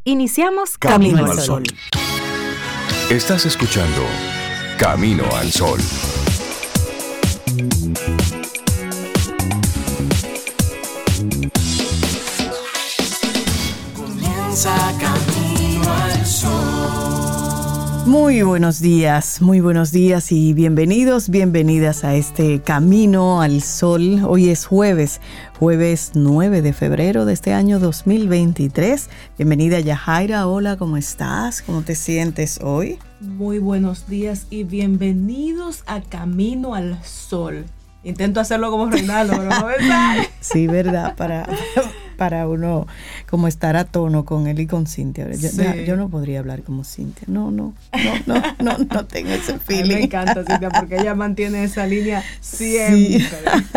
Iniciamos Camino al Sol. Estás escuchando Camino al Sol. Comienza Camino al Sol. Muy buenos días y bienvenidas a este Camino al Sol. Hoy es jueves 9 de febrero de este año 2023. Bienvenida Yajaira, hola, ¿cómo estás? ¿Cómo te sientes hoy? Muy buenos días y bienvenidos a Camino al Sol. Intento hacerlo como Reinaldo, pero no me sale. Sí, ¿verdad? Para uno como estar a tono con él y con Cintia. Yo no podría hablar como Cintia. No tengo ese feeling. A mí me encanta Cintia porque ella mantiene esa línea siempre. Sí.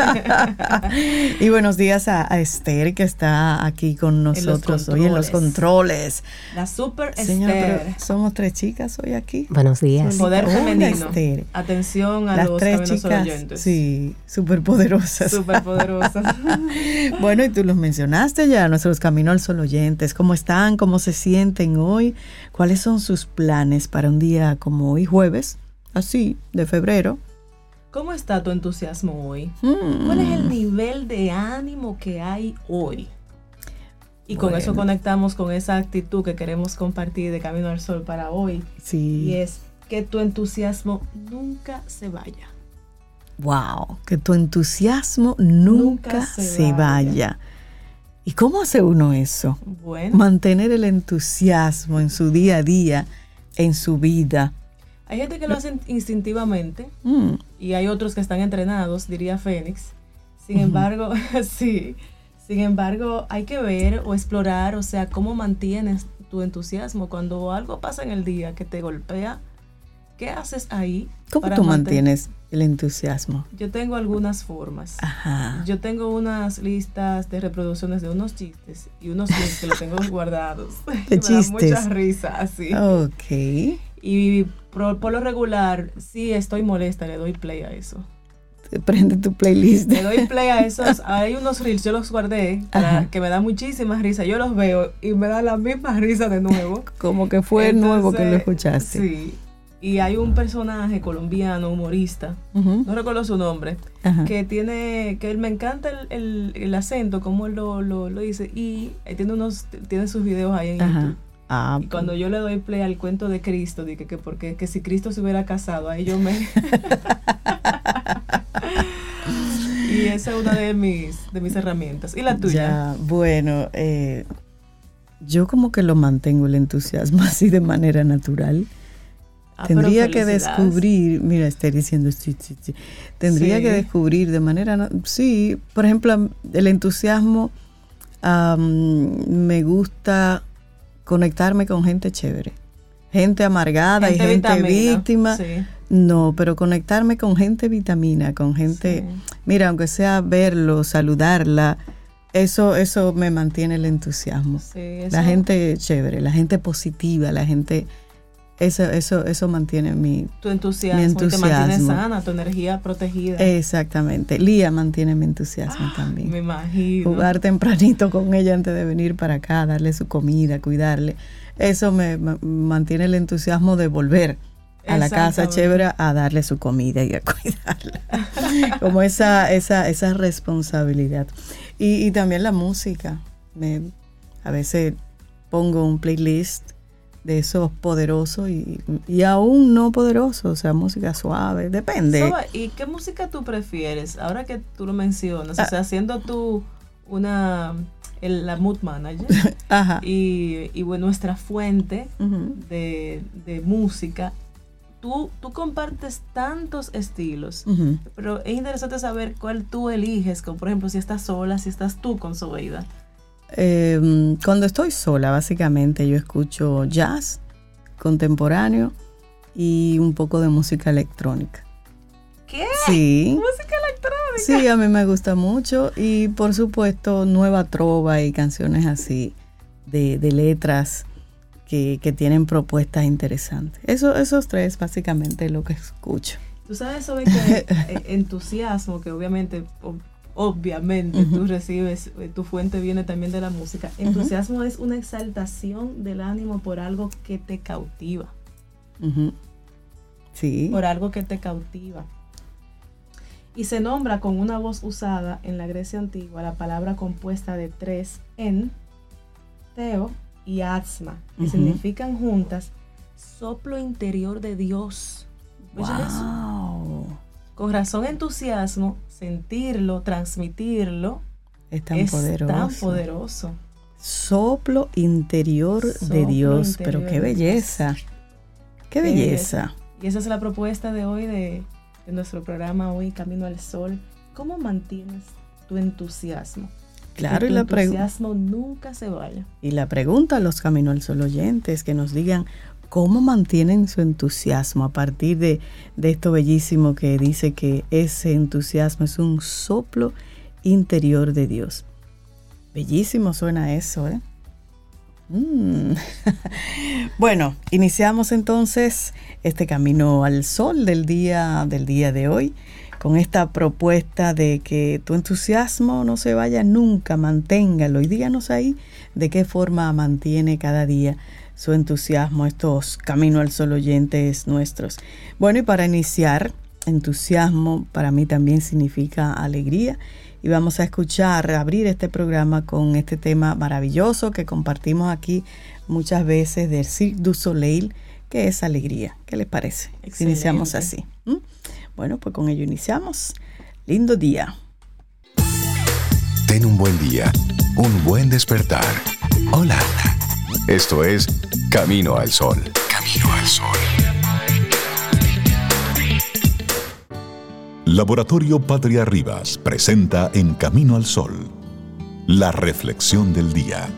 Y buenos días a Esther, que está aquí con nosotros hoy en los controles. La super Señora, Esther. pero somos 3 chicas hoy aquí. Buenos días. Poder femenino. Esther. Atención a las los 3 Caminos chicas, oyentes. sí, súper poderosas. Súper poderosas. Bueno, y tú los mencionaste ya, nuestros Camino al Sol oyentes. ¿Cómo están? ¿Cómo se sienten hoy? ¿Cuáles son sus planes para un día como hoy, jueves, así, de febrero? ¿Cómo está tu entusiasmo hoy? ¿Cuál es el nivel de ánimo que hay hoy? Y con eso conectamos con esa actitud que queremos compartir de Camino al Sol para hoy. Sí. Y es que tu entusiasmo nunca se vaya. Wow, que tu entusiasmo nunca se vaya. ¿Y cómo hace uno eso? Bueno. Mantener el entusiasmo en su día a día, en su vida. Hay gente que lo hace instintivamente y hay otros que están entrenados, diría Fénix. Sin embargo, sí. Sin embargo, hay que ver o explorar, o sea, cómo mantienes tu entusiasmo cuando algo pasa en el día que te golpea. ¿Qué haces ahí? ¿Cómo tú mantienes el entusiasmo? Yo tengo algunas formas. Ajá. Yo tengo unas listas de reproducciones de unos chistes y unos clips que los tengo guardados. ¿De chistes? Me da mucha risa, así. Ok. Y por lo regular, si estoy molesta, le doy play a eso. Te prende tu playlist. Le doy play a esos. Hay unos reels, yo los guardé, que me da muchísima risa. Yo los veo y me da la misma risa de nuevo. Como que fue nuevo que lo escuchaste. Sí. Y hay un personaje colombiano, humorista, no recuerdo su nombre, que él me encanta el acento, como él lo dice, y tiene sus videos ahí en YouTube. Y cuando yo le doy play al cuento de Cristo, dije que si Cristo se hubiera casado, ahí yo me... Y esa es una de mis herramientas. ¿Y la tuya? Ya, bueno, yo como que lo mantengo el entusiasmo así de manera natural. Tendría que descubrir, mira, estoy diciendo tendría que descubrir de manera, sí, por ejemplo, el entusiasmo, me gusta conectarme con gente chévere, gente amargada y gente víctima, sí. No, pero conectarme con gente vitamina, con gente, mira, aunque sea verlo, saludarla, eso me mantiene el entusiasmo, sí, la gente chévere, la gente positiva, la gente... Eso mantiene tu entusiasmo. Te mantiene sana, tu energía protegida. Exactamente. Lía mantiene mi entusiasmo también. Me imagino. Jugar tempranito con ella antes de venir para acá, darle su comida, cuidarle. Eso me mantiene el entusiasmo de volver a la casa chévere a darle su comida y a cuidarla. Como esa responsabilidad. Y también la música. A veces pongo un playlist de esos poderosos y aún no poderosos, o sea, música suave, depende. ¿Y qué música tú prefieres? Ahora que tú lo mencionas, o sea, siendo tú la mood manager Ajá. y bueno, nuestra fuente de música, tú compartes tantos estilos, pero es interesante saber cuál tú eliges, como por ejemplo, si estás sola, si estás tú con Zobeida. Cuando estoy sola, básicamente yo escucho jazz contemporáneo y un poco de música electrónica. ¿Qué? Sí. ¿Música electrónica? Sí, a mí me gusta mucho y por supuesto nueva trova y canciones así de letras que tienen propuestas interesantes. Esos 3 básicamente es lo que escucho. Tú sabes sobre que entusiasmo, que obviamente obviamente tú recibes, tu fuente viene también de la música. Entusiasmo es una exaltación del ánimo por algo que te cautiva. Sí. Por algo que te cautiva. Y se nombra con una voz usada en la Grecia antigua la palabra compuesta de 3 en, theo y asma, que significan juntas soplo interior de Dios. ¿Oyen eso? Con razón, entusiasmo, sentirlo, transmitirlo, es tan poderoso. Soplo interior de Dios, pero qué belleza. Qué belleza. Y esa es la propuesta de hoy de nuestro programa hoy, Camino al Sol. ¿Cómo mantienes tu entusiasmo? Claro, que tu entusiasmo nunca se vaya. Y la pregunta a los Camino al Sol oyentes, que nos digan cómo mantienen su entusiasmo a partir de esto bellísimo que dice que ese entusiasmo es un soplo interior de Dios. Bellísimo suena eso, ¿eh? Bueno, iniciamos entonces este Camino al Sol del día de hoy con esta propuesta de que tu entusiasmo no se vaya nunca, manténgalo, y díganos ahí de qué forma mantiene cada día su entusiasmo estos Camino al Sol oyentes nuestros. Bueno, y para iniciar, entusiasmo para mí también significa alegría. Y vamos a abrir este programa con este tema maravilloso que compartimos aquí muchas veces del Cirque du Soleil, que es alegría. ¿Qué les parece? Excelente. Si iniciamos así. Bueno, pues con ello iniciamos. Lindo día. Ten un buen día, un buen despertar. Hola. Esto es Camino al Sol. Camino al Sol. Laboratorio Patria Rivas presenta en Camino al Sol la reflexión del día.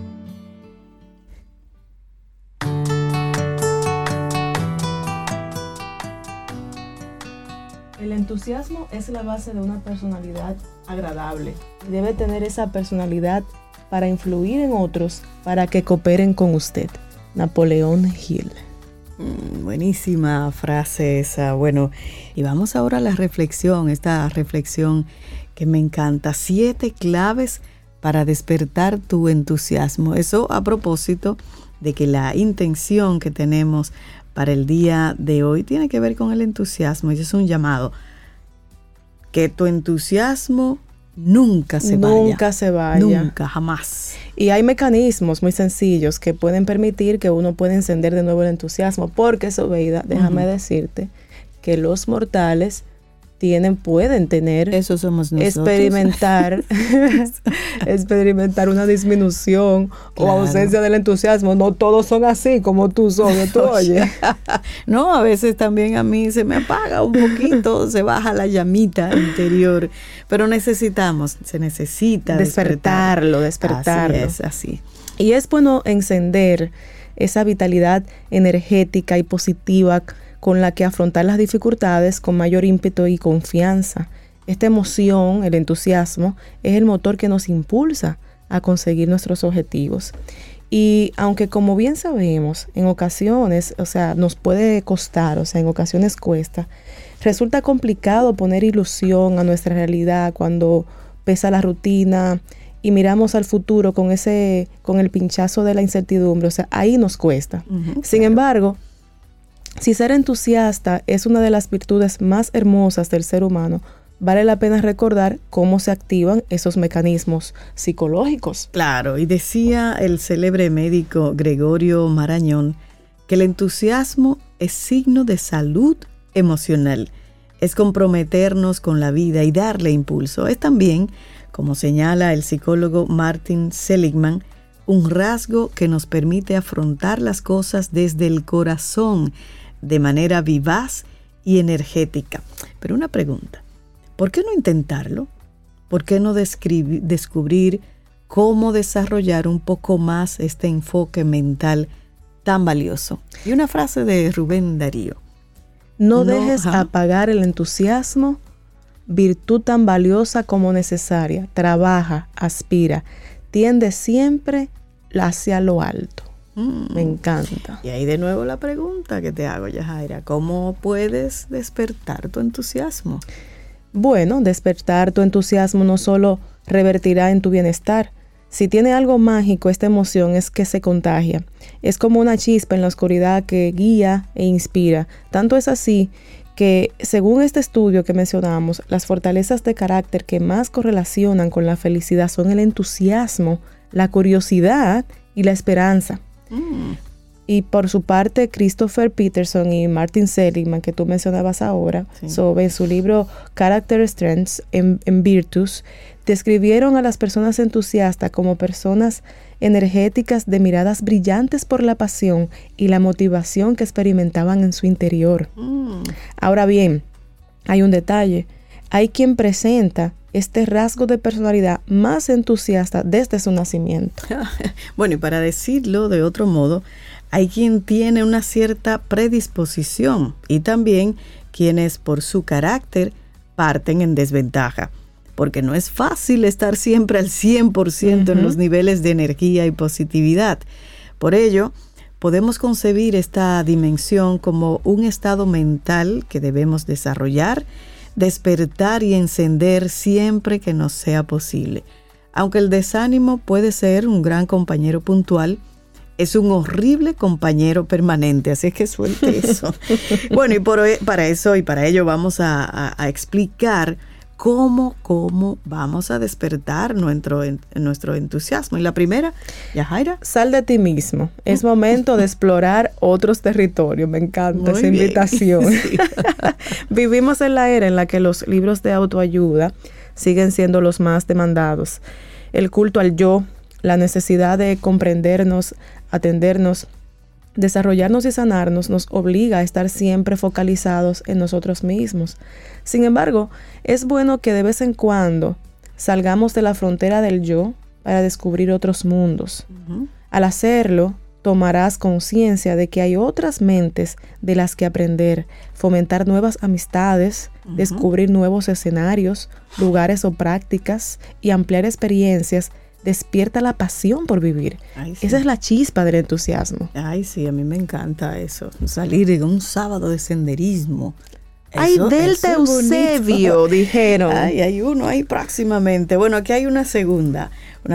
El entusiasmo es la base de una personalidad agradable y debe tener esa personalidad para influir en otros, para que cooperen con usted. Napoleón Hill. Buenísima frase esa. Bueno, y vamos ahora a la reflexión, esta reflexión que me encanta. 7 claves para despertar tu entusiasmo. Eso a propósito de que la intención que tenemos para el día de hoy tiene que ver con el entusiasmo. Y es un llamado. Que tu entusiasmo nunca se vaya. Nunca, jamás. Y hay mecanismos muy sencillos que pueden permitir que uno pueda encender de nuevo el entusiasmo, porque, Sobeida, déjame decirte que los mortales pueden tener, eso somos nosotros, experimentar una disminución, claro, o ausencia del entusiasmo. No todos son así como tú oyes. No, a veces también a mí se me apaga un poquito, se baja la llamita interior, pero se necesita despertarlo. Así es, así. Y es bueno encender esa vitalidad energética y positiva con la que afrontar las dificultades con mayor ímpetu y confianza. Esta emoción, el entusiasmo, es el motor que nos impulsa a conseguir nuestros objetivos. Y aunque, como bien sabemos, en ocasiones, nos puede costar, en ocasiones cuesta, resulta complicado poner ilusión a nuestra realidad cuando pesa la rutina y miramos al futuro con el pinchazo de la incertidumbre. Ahí nos cuesta. Sin embargo, si ser entusiasta es una de las virtudes más hermosas del ser humano, vale la pena recordar cómo se activan esos mecanismos psicológicos. Claro, y decía el célebre médico Gregorio Marañón que el entusiasmo es signo de salud emocional, es comprometernos con la vida y darle impulso. Es también, como señala el psicólogo Martin Seligman, un rasgo que nos permite afrontar las cosas desde el corazón, de manera vivaz y energética. Pero una pregunta, ¿por qué no intentarlo? ¿Por qué no descubrir cómo desarrollar un poco más este enfoque mental tan valioso? Y una frase de Rubén Darío. No dejes apagar el entusiasmo, virtud tan valiosa como necesaria. Trabaja, aspira, tiende siempre hacia lo alto. Me encanta. Y ahí de nuevo la pregunta que te hago, Yajaira, ¿cómo puedes despertar tu entusiasmo? Bueno, despertar tu entusiasmo no solo revertirá en tu bienestar. Si tiene algo mágico esta emoción es que se contagia. Es como una chispa en la oscuridad que guía e inspira. Tanto es así que, según este estudio que mencionamos, las fortalezas de carácter que más correlacionan con la felicidad son el entusiasmo, la curiosidad y la esperanza. Y por su parte, Christopher Peterson y Martin Seligman, que tú mencionabas ahora, sobre su libro Character Strengths and Virtues, describieron a las personas entusiastas como personas energéticas de miradas brillantes por la pasión y la motivación que experimentaban en su interior. Ahora bien, hay un detalle. Hay quien presenta este rasgo de personalidad más entusiasta desde su nacimiento. Bueno, y para decirlo de otro modo, hay quien tiene una cierta predisposición y también quienes por su carácter parten en desventaja, porque no es fácil estar siempre al 100% en los niveles de energía y positividad. Por ello, podemos concebir esta dimensión como un estado mental que debemos desarrollar, despertar y encender siempre que nos sea posible. Aunque el desánimo puede ser un gran compañero puntual, es un horrible compañero permanente, así es que suelte eso. Bueno, y para ello vamos a explicar cómo vamos a despertar nuestro entusiasmo. Y la primera, Yajaira. Sal de ti mismo. Es momento de explorar otros territorios. Me encanta esa invitación. Sí. Vivimos en la era en la que los libros de autoayuda siguen siendo los más demandados. El culto al yo, la necesidad de comprendernos, atendernos, desarrollarnos y sanarnos nos obliga a estar siempre focalizados en nosotros mismos. Sin embargo, es bueno que de vez en cuando salgamos de la frontera del yo para descubrir otros mundos. Al hacerlo, tomarás conciencia de que hay otras mentes de las que aprender, fomentar nuevas amistades, descubrir nuevos escenarios, lugares o prácticas y ampliar experiencias. Despierta la pasión por vivir. Ay, sí. Esa es la chispa del entusiasmo. Ay, sí, a mí me encanta eso. Salir en un sábado de senderismo. Ay, Delta Eusebio, dijeron. Ay, hay uno ahí próximamente. Bueno, aquí hay una segunda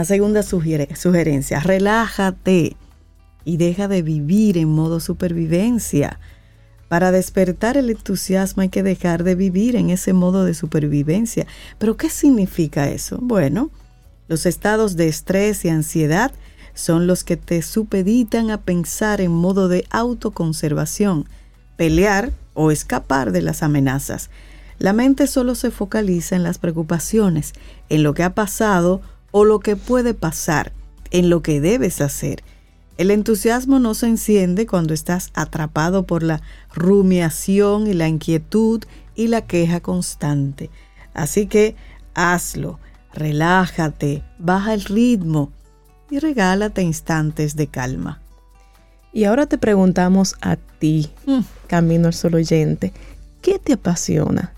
sugerencia. Relájate y deja de vivir en modo supervivencia. Para despertar el entusiasmo hay que dejar de vivir en ese modo de supervivencia. ¿Pero qué significa eso? Bueno, los estados de estrés y ansiedad son los que te supeditan a pensar en modo de autoconservación, pelear o escapar de las amenazas. La mente solo se focaliza en las preocupaciones, en lo que ha pasado o lo que puede pasar, en lo que debes hacer. El entusiasmo no se enciende cuando estás atrapado por la rumiación y la inquietud y la queja constante. Así que hazlo. Relájate, baja el ritmo y regálate instantes de calma. Y ahora te preguntamos a ti, Camino al Sol oyente, ¿qué te apasiona?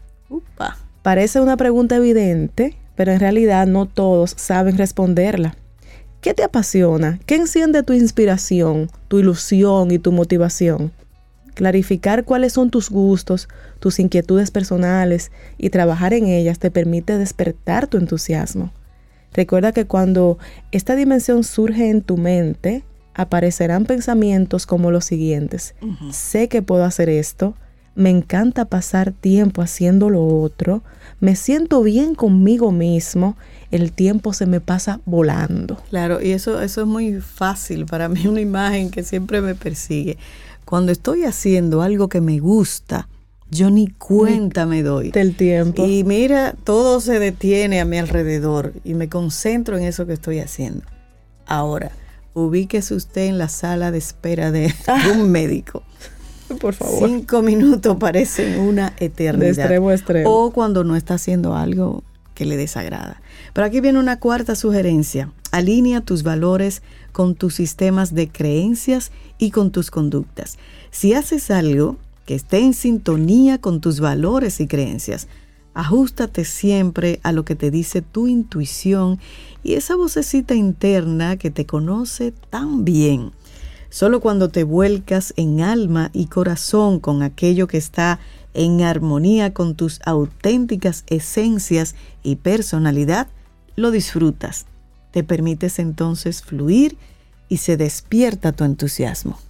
Parece una pregunta evidente, pero en realidad no todos saben responderla. ¿Qué te apasiona? ¿Qué enciende tu inspiración, tu ilusión y tu motivación? Clarificar cuáles son tus gustos, tus inquietudes personales y trabajar en ellas te permite despertar tu entusiasmo. Recuerda que cuando esta dimensión surge en tu mente, aparecerán pensamientos como los siguientes. Sé que puedo hacer esto, me encanta pasar tiempo haciendo lo otro, me siento bien conmigo mismo, el tiempo se me pasa volando. Claro, y eso es muy fácil para mí, una imagen que siempre me persigue. Cuando estoy haciendo algo que me gusta, yo ni cuenta me doy del tiempo. Y mira, todo se detiene a mi alrededor y me concentro en eso que estoy haciendo. Ahora, ubíquese usted en la sala de espera de un médico. Por favor. 5 minutos parecen una eternidad. De extremo a extremo. O cuando no está haciendo algo que le desagrada. Pero aquí viene una cuarta sugerencia. Alinea tus valores con tus sistemas de creencias y con tus conductas. Si haces algo que esté en sintonía con tus valores y creencias, ajústate siempre a lo que te dice tu intuición y esa vocecita interna que te conoce tan bien. Solo cuando te vuelcas en alma y corazón con aquello que está en armonía con tus auténticas esencias y personalidad, lo disfrutas. Te permites entonces fluir y se despierta tu entusiasmo.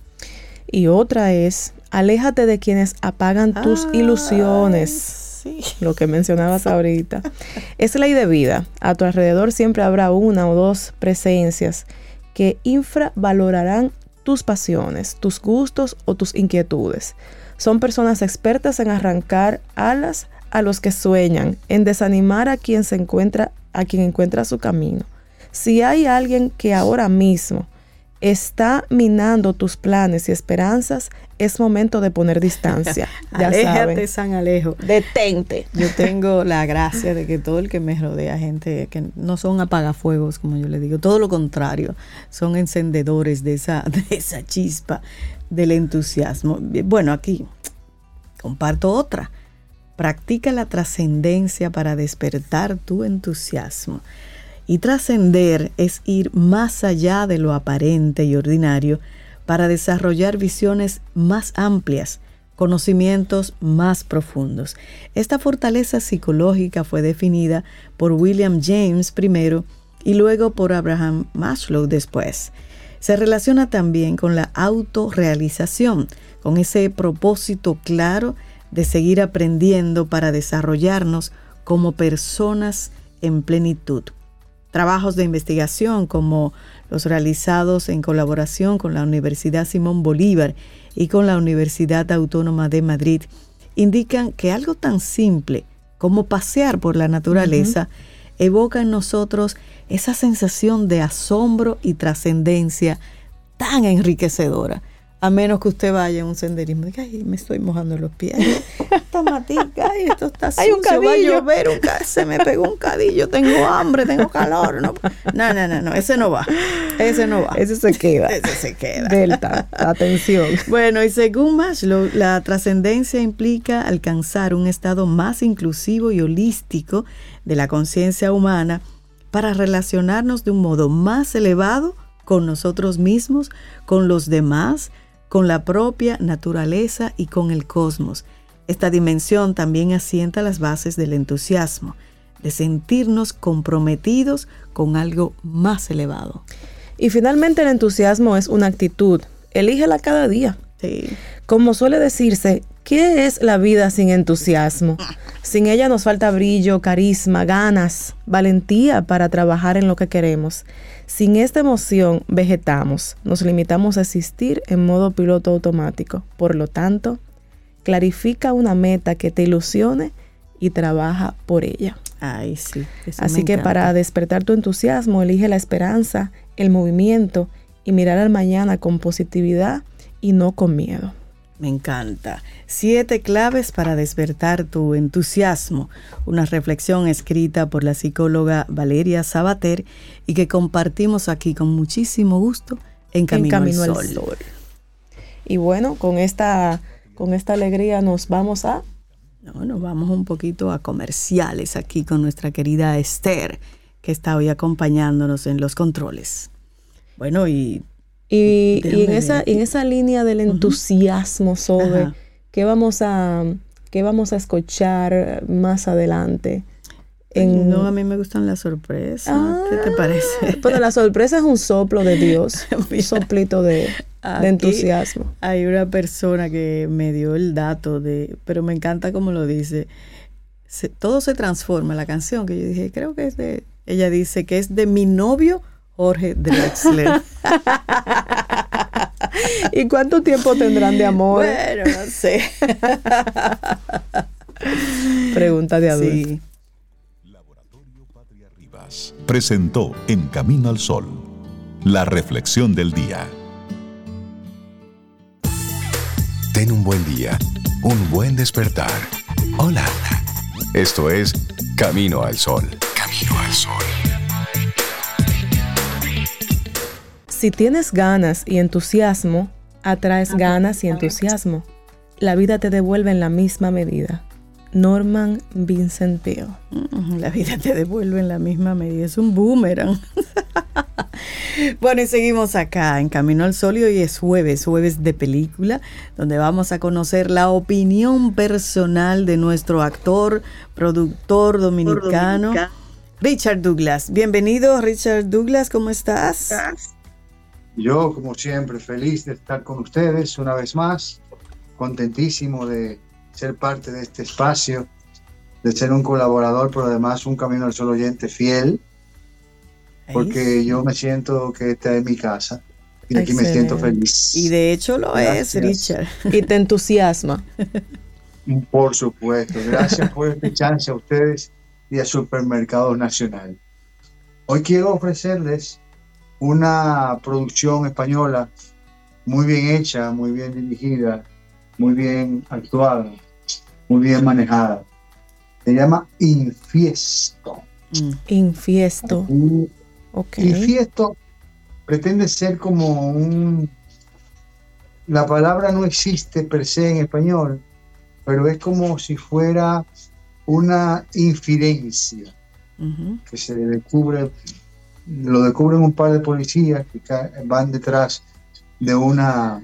Y otra es, aléjate de quienes apagan tus ilusiones. Sí. Lo que mencionabas ahorita. Es ley de vida. A tu alrededor siempre habrá una o dos presencias que infravalorarán tus pasiones, tus gustos o tus inquietudes. Son personas expertas en arrancar alas a los que sueñan, en desanimar a quien encuentra su camino. Si hay alguien que ahora mismo está minando tus planes y esperanzas, es momento de poner distancia. Ya Aléjate, saben. San Alejo. Detente. Yo tengo la gracia de que todo el que me rodea, gente que no son apagafuegos, como yo le digo, todo lo contrario, son encendedores de esa chispa del entusiasmo. Bueno, aquí comparto otra. Practica la trascendencia para despertar tu entusiasmo. Y trascender es ir más allá de lo aparente y ordinario para desarrollar visiones más amplias, conocimientos más profundos. Esta fortaleza psicológica fue definida por William James primero y luego por Abraham Maslow después. Se relaciona también con la autorrealización, con ese propósito claro de seguir aprendiendo para desarrollarnos como personas en plenitud. Trabajos de investigación como los realizados en colaboración con la Universidad Simón Bolívar y con la Universidad Autónoma de Madrid indican que algo tan simple como pasear por la naturaleza evoca en nosotros esa sensación de asombro y trascendencia tan enriquecedora. A menos que usted vaya a un senderismo y diga, ay, me estoy mojando los pies. Esta matica, ay, esto está sucio, hay un cadillo. va a llover, se me pegó un cadillo, tengo hambre, tengo calor. No, ese no va. Ese se queda. Ese se queda. Delta, atención. Bueno, y según Maslow, la trascendencia implica alcanzar un estado más inclusivo y holístico de la conciencia humana para relacionarnos de un modo más elevado con nosotros mismos, con los demás, con la propia naturaleza y con el cosmos. Esta dimensión también asienta las bases del entusiasmo, de sentirnos comprometidos con algo más elevado. Y finalmente el entusiasmo es una actitud. Elígela cada día. Sí. Como suele decirse, ¿qué es la vida sin entusiasmo? Sin ella nos falta brillo, carisma, ganas, valentía para trabajar en lo que queremos. Sin esta emoción vegetamos, nos limitamos a existir en modo piloto automático. Por lo tanto, clarifica una meta que te ilusione y trabaja por ella. Ay, sí. Así que para despertar tu entusiasmo, elige la esperanza, el movimiento y mirar al mañana con positividad y no con miedo. Me encanta. 7 claves para despertar tu entusiasmo. Una reflexión escrita por la psicóloga Valeria Sabater y que compartimos aquí con muchísimo gusto en Camino al Sol. Y bueno, con esta alegría nos vamos nos vamos un poquito a comerciales aquí con nuestra querida Esther, que está hoy acompañándonos en los controles. Bueno, y en esa línea del entusiasmo, Sobe, ¿qué vamos a escuchar más adelante? No, a mí me gustan las sorpresas. ¿Qué te parece? Pero la sorpresa es un soplo de Dios, un soplito de entusiasmo. Hay una persona que me dio el dato pero me encanta cómo lo dice. Todo se transforma, la canción que yo dije, creo que es ella dice que es de mi novio Jorge Drexler. ¿Y cuánto tiempo tendrán de amor? Bueno, no sé. Pregunta de adulto. Sí. Laboratorio Patria Rivas presentó En Camino al Sol, la reflexión del día. Ten un buen día, un buen despertar. Hola. Esto es Camino al Sol. Camino al Sol. Si tienes ganas y entusiasmo, atraes ganas y entusiasmo. La vida te devuelve en la misma medida. Norman Vincent Peale. La vida te devuelve en la misma medida, es un boomerang. Bueno, y seguimos acá en Camino al Sol y hoy es jueves de película, donde vamos a conocer la opinión personal de nuestro actor, productor dominicano, Richard Douglas. Bienvenido, Richard Douglas, ¿cómo estás? Yo, como siempre, feliz de estar con ustedes una vez más, contentísimo de ser parte de este espacio, de ser un colaborador, pero además un Camino al Sol oyente fiel, porque yo me siento que esta es mi casa y aquí me siento feliz. Y de hecho lo es, Richard. Y te entusiasma. Por supuesto. Gracias por esta chance a ustedes y a Supermercados Nacional. Hoy quiero ofrecerles una producción española muy bien hecha, muy bien dirigida, muy bien actuada, muy bien manejada. Se llama Infiesto. Infiesto. Okay. Infiesto pretende ser como la palabra no existe per se en español, pero es como si fuera una infidencia que se descubre, lo descubren un par de policías que van detrás de una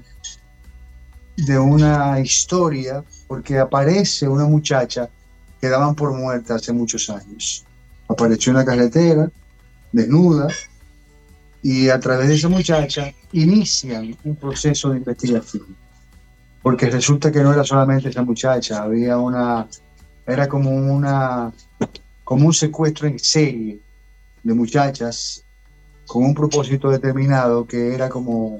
historia, porque aparece una muchacha que daban por muerta hace muchos años. Apareció en la carretera, desnuda, y a través de esa muchacha inician un proceso de investigación, porque resulta que no era solamente esa muchacha, era como un secuestro en serie de muchachas con un propósito determinado que era como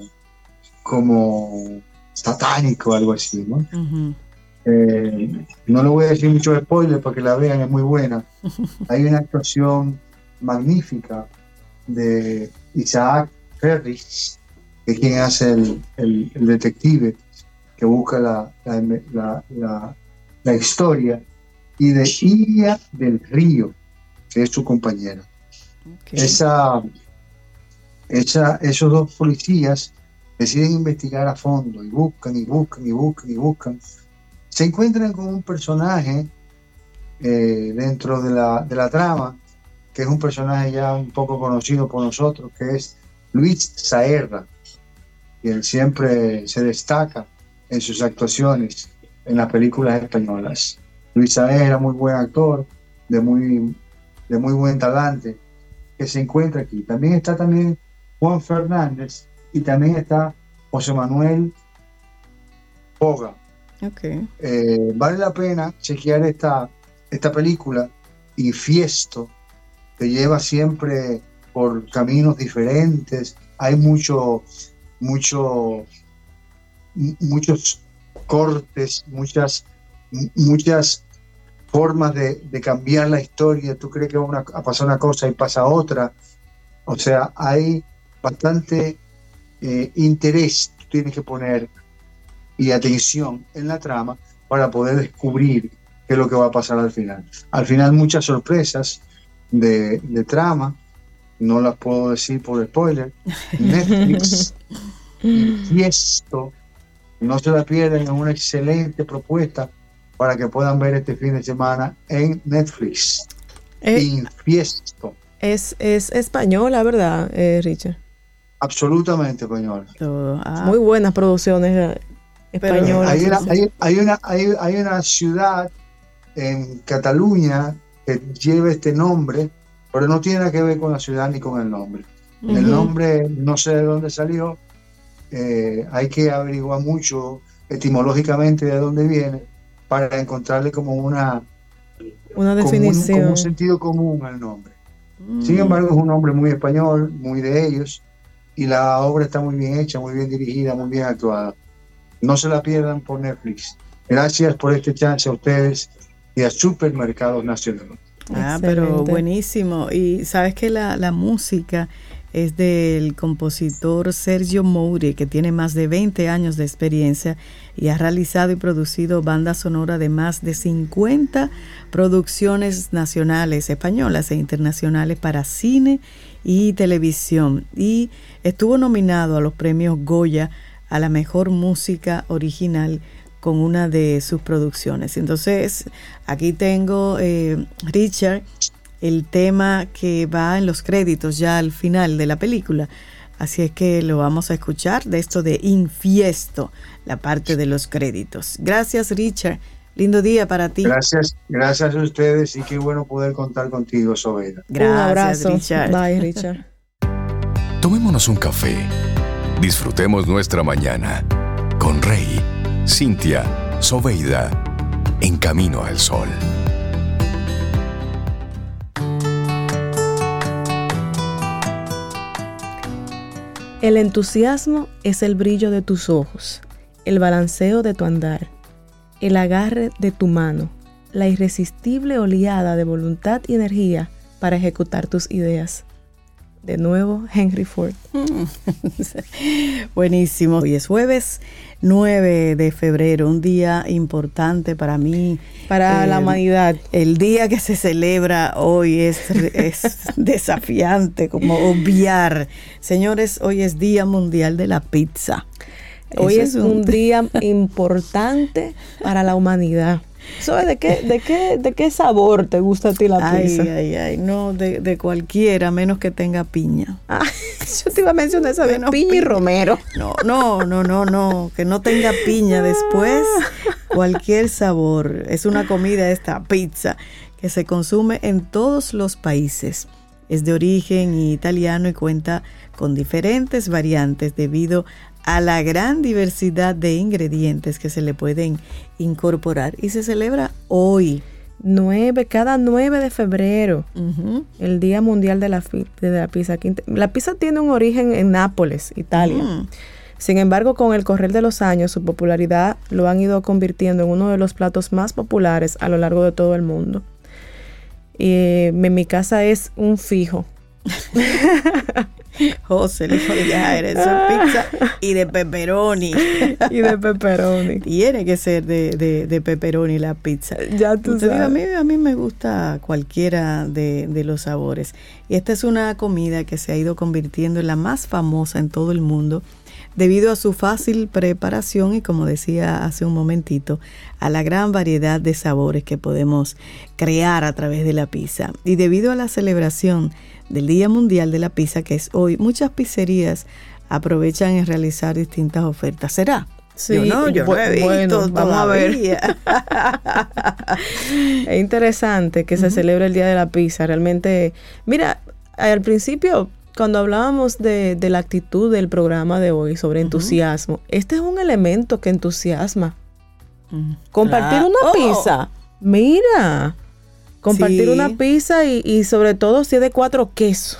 satánico, algo así, ¿no? No le voy a decir mucho spoiler para que la vean, es muy buena. Hay una actuación magnífica de Isaac Ferris, que es quien hace el detective que busca la historia, y de Ilia del Río, que es su compañera. Esos dos policías deciden investigar a fondo y buscan. Se encuentran con un personaje dentro de la trama, que es un personaje ya un poco conocido por nosotros, que es Luis Saerra, quien siempre se destaca en sus actuaciones en las películas españolas. Luis Saerra, muy buen actor, de muy buen talante, que se encuentra aquí. También está Juan Fernández y también está José Manuel Poga. Vale la pena chequear esta película. Infiesto te lleva siempre por caminos diferentes. Hay muchos cortes, muchas formas de cambiar la historia. Tú crees que va a pasar una cosa y pasa otra. O sea, hay bastante interés que tienes que poner y atención en la trama para poder descubrir qué es lo que va a pasar al final. Al final muchas sorpresas de trama, no las puedo decir por spoiler. Netflix, Infiesto, no se la pierdan, es una excelente propuesta para que puedan ver este fin de semana en Netflix. Infiesto. Es española, ¿verdad, Richard? Absolutamente española. Muy buenas producciones españolas. Hay una ciudad en Cataluña que lleva este nombre, pero no tiene nada que ver con la ciudad ni con el nombre. El nombre no sé de dónde salió. Hay que averiguar mucho etimológicamente de dónde viene para encontrarle como una definición, como un sentido común al nombre. Sin embargo, es un nombre muy español, muy de ellos, y la obra está muy bien hecha, muy bien dirigida, muy bien actuada. No se la pierdan por Netflix. Gracias por este chance a ustedes y a Supermercados Nacional. Pero buenísimo. Y sabes que la música es del compositor Sergio Moure, que tiene más de 20 años de experiencia y ha realizado y producido bandas sonoras de más de 50 producciones nacionales, españolas e internacionales para cine y televisión. Y estuvo nominado a los premios Goya a la mejor música original con una de sus producciones. Entonces, aquí tengo, Richard, el tema que va en los créditos ya al final de la película. Así es que lo vamos a escuchar de esto de Infiesto, la parte de los créditos. Gracias, Richard. Lindo día para ti. Gracias a ustedes y qué bueno poder contar contigo, Sobeida. Gracias, un abrazo. Richard. Bye, Richard. Tomémonos un café. Disfrutemos nuestra mañana con Rey, Cintia, Sobeida, en Camino al Sol. El entusiasmo es el brillo de tus ojos, el balanceo de tu andar, el agarre de tu mano, la irresistible oleada de voluntad y energía para ejecutar tus ideas. De nuevo, Henry Ford. Buenísimo. Hoy es jueves 9 de febrero, un día importante para mí. Para la humanidad. El día que se celebra hoy es desafiante, como obviar. Señores, hoy es Día Mundial de la Pizza. Hoy es un día importante para la humanidad. ¿Sabes de qué sabor te gusta a ti la pizza? Ay, no, de cualquiera, menos que tenga piña. Yo te iba a mencionar esa vez, piña y romero. No, que no tenga piña. Después, cualquier sabor. Es una comida esta pizza que se consume en todos los países. Es de origen italiano y cuenta con diferentes variantes debido a la gran diversidad de ingredientes que se le pueden incorporar, y se celebra hoy. Cada 9 de febrero, el Día Mundial de la Pizza. La pizza tiene un origen en Nápoles, Italia. Sin embargo, con el correr de los años, su popularidad lo han ido convirtiendo en uno de los platos más populares a lo largo de todo el mundo. Y en mi casa es un fijo. José le podía eso pizza y de pepperoni. Tiene que ser de pepperoni la pizza. Ya tú sabes. A mí me gusta cualquiera de los sabores. Y esta es una comida que se ha ido convirtiendo en la más famosa en todo el mundo debido a su fácil preparación y, como decía hace un momentito, a la gran variedad de sabores que podemos crear a través de la pizza. Y debido a la celebración del Día Mundial de la Pizza, que es hoy, muchas pizzerías aprovechan en realizar distintas ofertas. ¿Será? Sí, yo no he visto, vamos a ver. Es interesante que se celebre el Día de la Pizza. Realmente, mira, al principio, cuando hablábamos de la actitud del programa de hoy sobre entusiasmo, este es un elemento que entusiasma. Compartir una pizza. Mira, compartir una pizza y sobre todo si es de 4 quesos.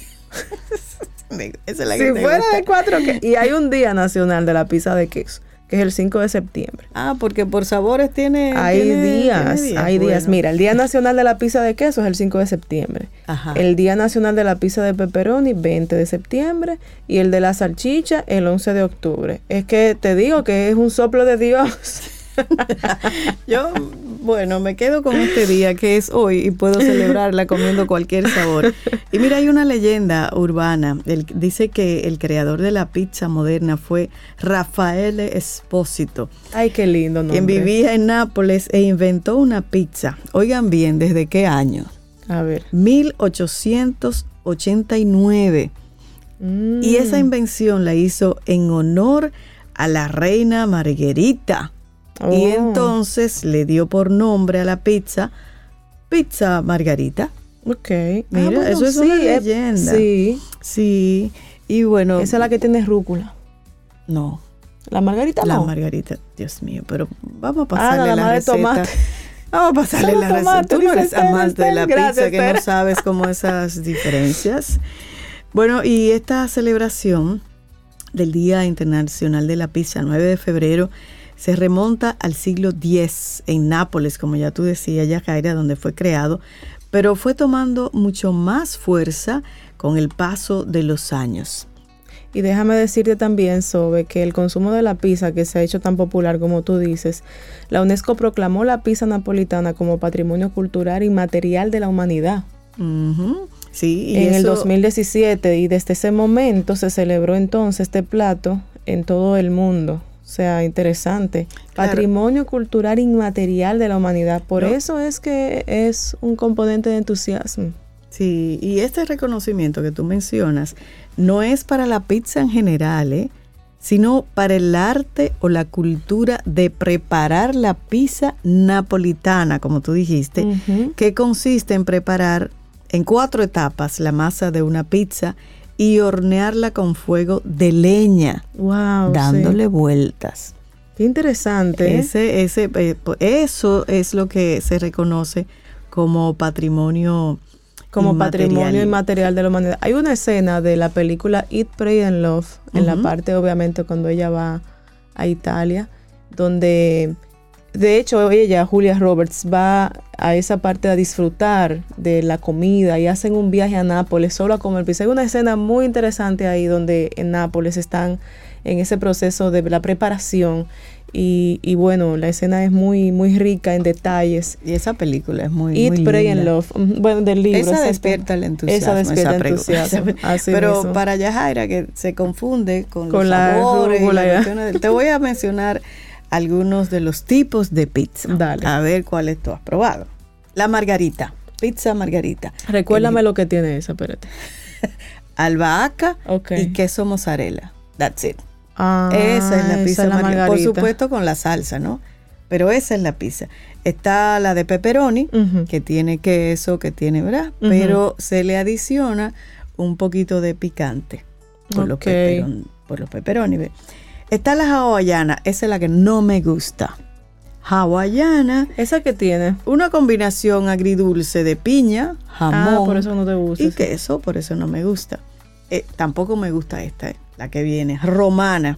Esa es la si que fuera de 4 quesos. Y hay un Día Nacional de la Pizza de Queso, que es el 5 de septiembre. Porque por sabores Hay días. Bueno. Mira, el Día Nacional de la Pizza de Queso es el 5 de septiembre. Ajá. El Día Nacional de la Pizza de Pepperoni, 20 de septiembre. Y el de la salchicha, el 11 de octubre. Es que te digo que es un soplo de Dios. Yo, me quedo con este día que es hoy y puedo celebrarla comiendo cualquier sabor. Y mira, hay una leyenda urbana. Dice que el creador de la pizza moderna fue Raffaele Esposito. Ay, qué lindo nombre. Quien vivía en Nápoles e inventó una pizza. Oigan bien, ¿desde qué año? A ver. 1889. Y esa invención la hizo en honor a la reina Margherita. Y entonces le dio por nombre a la pizza Margarita. Ok. Mira, eso es una leyenda. Sí. Y bueno. Esa es la que tiene rúcula. No. ¿La margarita no? La margarita, Dios mío, pero vamos a pasarle la receta. Tomate. Vamos a pasarle la receta. Tú no eres amante de la Gracias, pizza, que no sabes cómo esas diferencias. Bueno, y esta celebración del Día Internacional de la Pizza, 9 de febrero, se remonta al siglo X en Nápoles, como ya tú decías, Yajaira, donde fue creado, pero fue tomando mucho más fuerza con el paso de los años. Y déjame decirte también, Sobe, que el consumo de la pizza, que se ha hecho tan popular como tú dices, la UNESCO proclamó la pizza napolitana como patrimonio cultural inmaterial de la humanidad. Sí, y en el 2017, y desde ese momento se celebró entonces este plato en todo el mundo. O sea, interesante. Claro. Patrimonio cultural inmaterial de la humanidad. Por No. eso es que es un componente de entusiasmo. Sí, y este reconocimiento que tú mencionas no es para la pizza en general, sino para el arte o la cultura de preparar la pizza napolitana, como tú dijiste, que consiste en preparar en 4 etapas la masa de una pizza y hornearla con fuego de leña, Wow, dándole vueltas. Qué interesante. Eso es lo que se reconoce como patrimonio inmaterial de la humanidad. Hay una escena de la película Eat, Pray and Love, en la parte, obviamente, cuando ella va a Italia, donde, de hecho, ella, Julia Roberts, va a esa parte a disfrutar de la comida y hacen un viaje a Nápoles solo a comer pizza. Hay una escena muy interesante ahí donde en Nápoles están en ese proceso de la preparación y bueno, la escena es muy, muy rica en detalles. Y esa película es muy Eat, muy Pray linda. and Love, bueno, del libro. Esa despierta el entusiasmo. Esa despierta el entusiasmo. Así Pero mismo. para Yajaira, que se confunde con los la sabores y rúcula, las ya. cuestiones te voy a mencionar algunos de los tipos de pizza. Dale. A ver cuáles tú has probado. La margarita, pizza margarita. Recuérdame lo que tiene esa, espérate. Albahaca Okay. y queso mozzarella. That's it. Ah, Esa es la pizza esa es la margarita. Por margarita. supuesto con la salsa, ¿no? Pero esa es la pizza. Está la de pepperoni, Ujú. que tiene queso, que tiene, ¿verdad? Ujú. Pero se le adiciona un poquito de picante por los Ok. pepperoni. ¿Ve? Está la hawaiana, esa es la que no me gusta. Hawaiana, ¿Esa que tiene? una combinación agridulce de piña, jamón por eso no te gusta. y sí. queso, por eso no me gusta. Tampoco me gusta esta, la que viene, romana.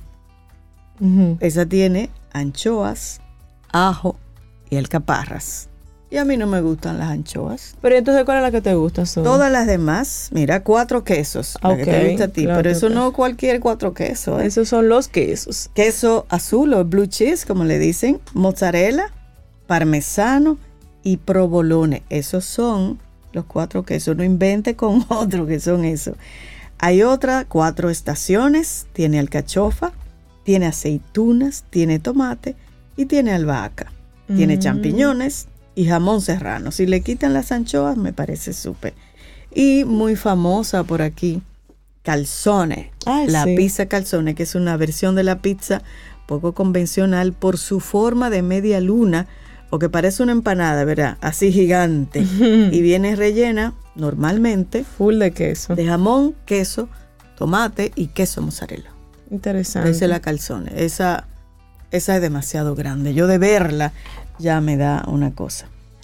Ujú. Esa tiene anchoas, ajo y alcaparras. Y a mí no me gustan las anchoas. Pero entonces, ¿cuál es la que te gusta? Son? Todas las demás, mira, 4 quesos, la que te Ok, gusta a ti, claro, pero eso ok. no cualquier 4 quesos. Esos son los quesos. Queso azul o blue cheese, como le dicen, mozzarella, parmesano y provolone. Esos son los 4 quesos. No invente con otro que son esos. Hay otra, 4 estaciones, tiene alcachofa, tiene aceitunas, tiene tomate y tiene albahaca. Tiene champiñones y jamón serrano. Si le quitan las anchoas, me parece súper. Y muy famosa por aquí, calzone. Ay, La sí. pizza calzone, que es una versión de la pizza poco convencional por su forma de media luna o que parece una empanada, ¿verdad? Así gigante. Y viene rellena normalmente Full de queso. de jamón, queso, tomate y queso mozzarella. Interesante. Esa es la calzone. Esa es demasiado grande. Yo de verla ya me da una cosa.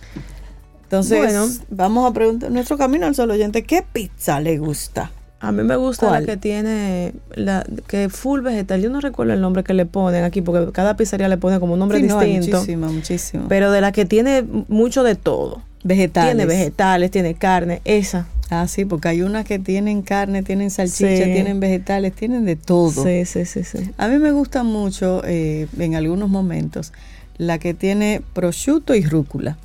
Entonces, Bueno. vamos a preguntar nuestro camino al sol oyente, ¿qué pizza le gusta? A mí me gusta ¿Cuál? la que tiene, que full vegetal. Yo no recuerdo el nombre que le ponen aquí, porque cada pizzería le pone como un nombre Sí, no, hay distinto. muchísimo. Pero de la que tiene mucho de todo. Vegetales. Tiene vegetales, tiene carne, esa. Ah, sí, porque hay unas que tienen carne, tienen salchicha, Sí. tienen vegetales, tienen de todo. Sí. A mí me gusta mucho, en algunos momentos, la que tiene prosciutto y rúcula.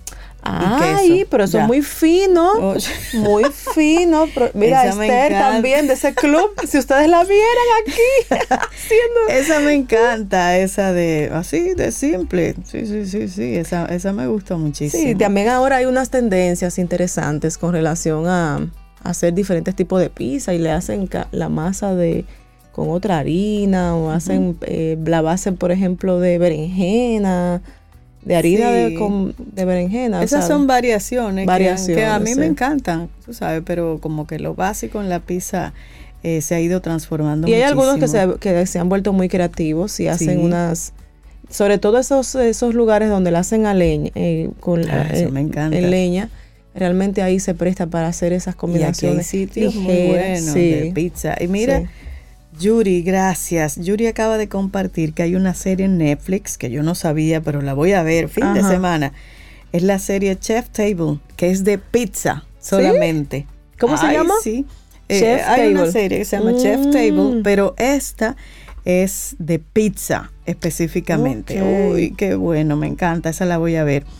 Ay, queso, pero eso ya. es muy fino. Oh, Muy fino. Mira, Esa me Esther encanta. también de ese club. Si ustedes la vieran aquí haciendo. Esa me encanta, esa de así, de simple. Sí, esa me gusta muchísimo. Sí, también ahora hay unas tendencias interesantes con relación a hacer diferentes tipos de pizza y le hacen la masa con otra harina o hacen la base, por ejemplo, de berenjena, de harina Sí. de berenjena. Esas ¿sabes? son variaciones, que a mí sí. me encantan, tú sabes, pero como que lo básico en la pizza se ha ido transformando Y hay muchísimo. algunos que se han vuelto muy creativos y hacen Sí. unas, sobre todo esos lugares donde la hacen a leña, eso me encanta. en leña, realmente ahí se presta para hacer esas Y aquí hay combinaciones sitios muy ligeras, buenos sí. de pizza. Y mira, Sí. Yuri, gracias. Yuri acaba de compartir que hay una serie en Netflix que yo no sabía, pero la voy a ver fin de Ajá. semana. Es la serie Chef Table, que es de pizza solamente. ¿Cómo se llama? Sí. Chef hay una Table. serie que se llama Chef Table, pero esta es de pizza específicamente. Ok. Uy, qué bueno, me encanta, esa la voy a ver.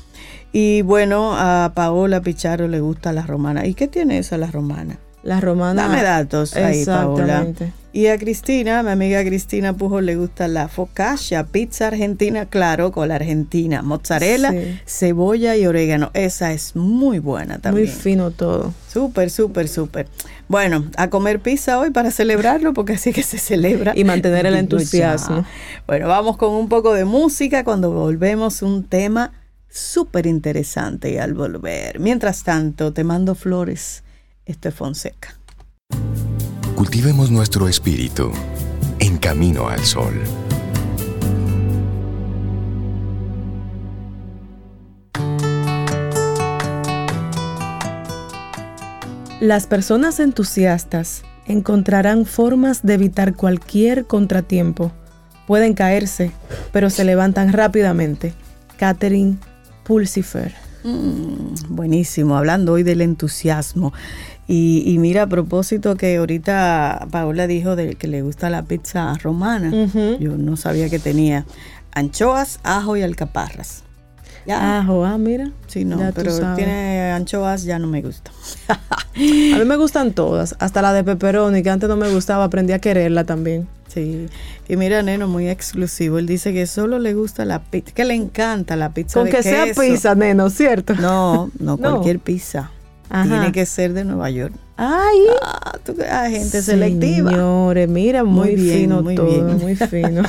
Y bueno, a Paola Pichardo le gusta la romana. ¿Y qué tiene esa la romana? La romana. Dame datos ahí, Paola. Exactamente. Y a Cristina, mi amiga Cristina Pujol, le gusta la focaccia, pizza argentina, claro, con la argentina, mozzarella, sí, cebolla y orégano. Esa es muy buena también. Muy fino todo. Súper, súper, súper. Bueno, a comer pizza hoy para celebrarlo, porque así que se celebra. Y mantener el entusiasmo. Bueno, vamos con un poco de música. Cuando volvemos, un tema súper interesante. Y al volver, mientras tanto, te mando flores. Esto es Fonseca. Cultivemos nuestro espíritu en Camino al Sol. Las personas entusiastas encontrarán formas de evitar cualquier contratiempo. Pueden caerse, pero se levantan rápidamente. Catherine Pulsifer. Buenísimo, hablando hoy del entusiasmo. Y mira, a propósito que ahorita Paola dijo de que le gusta la pizza romana. Yo no sabía que tenía anchoas, ajo y alcaparras. Ya. Ajo, mira. Sí, no, ya pero tiene anchoas, ya no me gusta. A mí me gustan todas, hasta la de pepperoni, que antes no me gustaba, aprendí a quererla también. Sí, y mira, Neno, muy exclusivo. Él dice que solo le gusta la pizza, que le encanta la pizza de queso. Con que sea pizza, Neno, ¿cierto? No, cualquier pizza. Ajá. Tiene que ser de Nueva York. Ay, tú gente selectiva. Señores, mira, muy bien, fino muy todo, bien. Muy fino.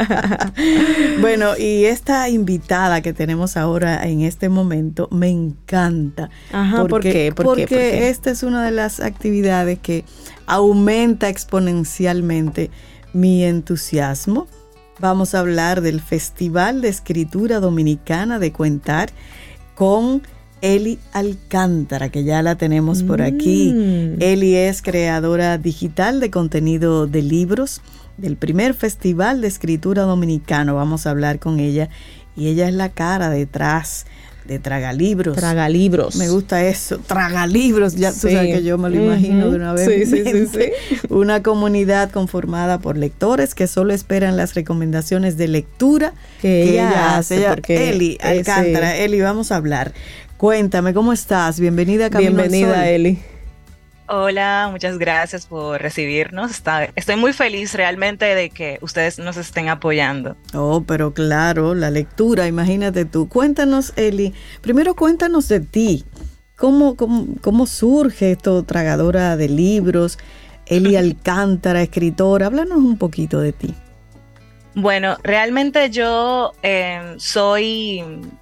Bueno, y esta invitada que tenemos ahora en este momento me encanta. Ajá, ¿por qué? Porque esta es una de las actividades que aumenta exponencialmente mi entusiasmo. Vamos a hablar del Festival de Escritura Dominicana de Cuentar con Eli Alcántara, que ya la tenemos por aquí. Eli es creadora digital de contenido de libros del primer Festival de Escritura Dominicano. Vamos a hablar con ella y ella es la cara detrás de Tragalibros. Tragalibros. Me gusta eso, Tragalibros. Ya tú sabes que yo me lo imagino de una vez. Sí. Una comunidad conformada por lectores que solo esperan las recomendaciones de lectura que ella hace. Eli Alcántara. Eli, vamos a hablar. Cuéntame, ¿cómo estás? Bienvenida a Camino al Sol. Bienvenida, Eli. Hola, muchas gracias por recibirnos. Estoy muy feliz realmente de que ustedes nos estén apoyando. Oh, pero claro, la lectura, imagínate tú. Cuéntanos, Eli, primero cuéntanos de ti. ¿Cómo surge esto, tragadora de libros? Eli Alcántara, escritora. Háblanos un poquito de ti. Bueno, realmente yo soy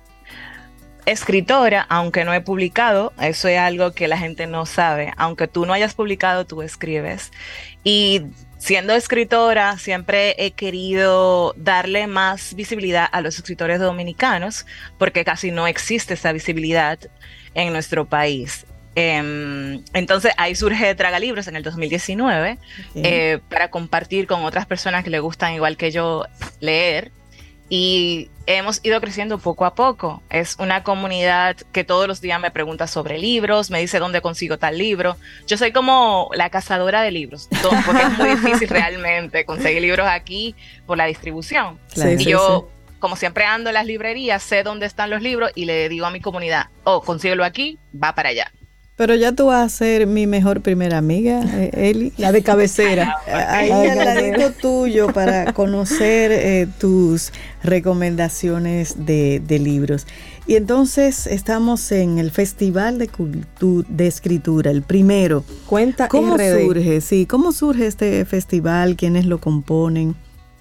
escritora, aunque no he publicado. Eso es algo que la gente no sabe. Aunque tú no hayas publicado, tú escribes. Y siendo escritora, siempre he querido darle más visibilidad a los escritores dominicanos, porque casi no existe esa visibilidad en nuestro país. Entonces ahí surge Tragalibros en el 2019, para compartir con otras personas que le gustan igual que yo leer. Y hemos ido creciendo poco a poco. Es una comunidad que todos los días me pregunta sobre libros, me dice dónde consigo tal libro. Yo soy como la cazadora de libros, porque es muy difícil realmente conseguir libros aquí por la distribución. Claro, yo, como siempre ando en las librerías, sé dónde están los libros y le digo a mi comunidad, consíguelo aquí, va para allá. Pero ya tú vas a ser mi mejor primera amiga, Eli. La de cabecera. Ahí al ladito tuyo para conocer tus recomendaciones de libros. Y entonces estamos en el Festival de Escritura, el primero. Cuenta ¿Cómo RD. surge? Sí, ¿cómo surge este festival? ¿Quiénes lo componen?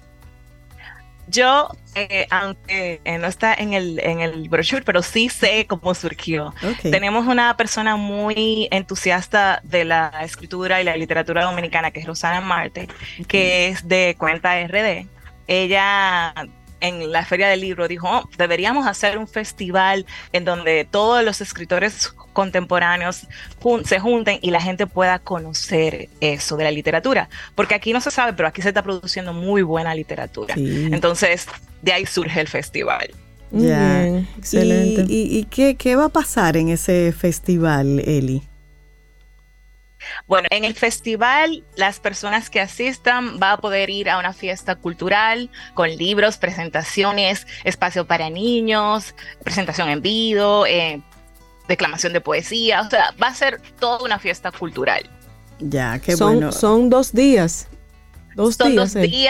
Yo, aunque no está en el brochure, pero sí sé cómo surgió. Okay. Tenemos una persona muy entusiasta de la escritura y la literatura dominicana, que es Rosana Marte, que es de Cuenta RD. Ella, en la Feria del Libro, dijo, deberíamos hacer un festival en donde todos los escritores contemporáneos se junten y la gente pueda conocer eso de la literatura, porque aquí no se sabe, pero aquí se está produciendo muy buena literatura. Sí. Entonces, de ahí surge el festival. Ya, excelente. ¿Y qué va a pasar en ese festival, Eli? Bueno, en el festival las personas que asistan van a poder ir a una fiesta cultural con libros, presentaciones, espacio para niños, presentación en vivo, declamación de poesía. O sea, va a ser toda una fiesta cultural. Ya, qué bueno. Son 2 días. Son días,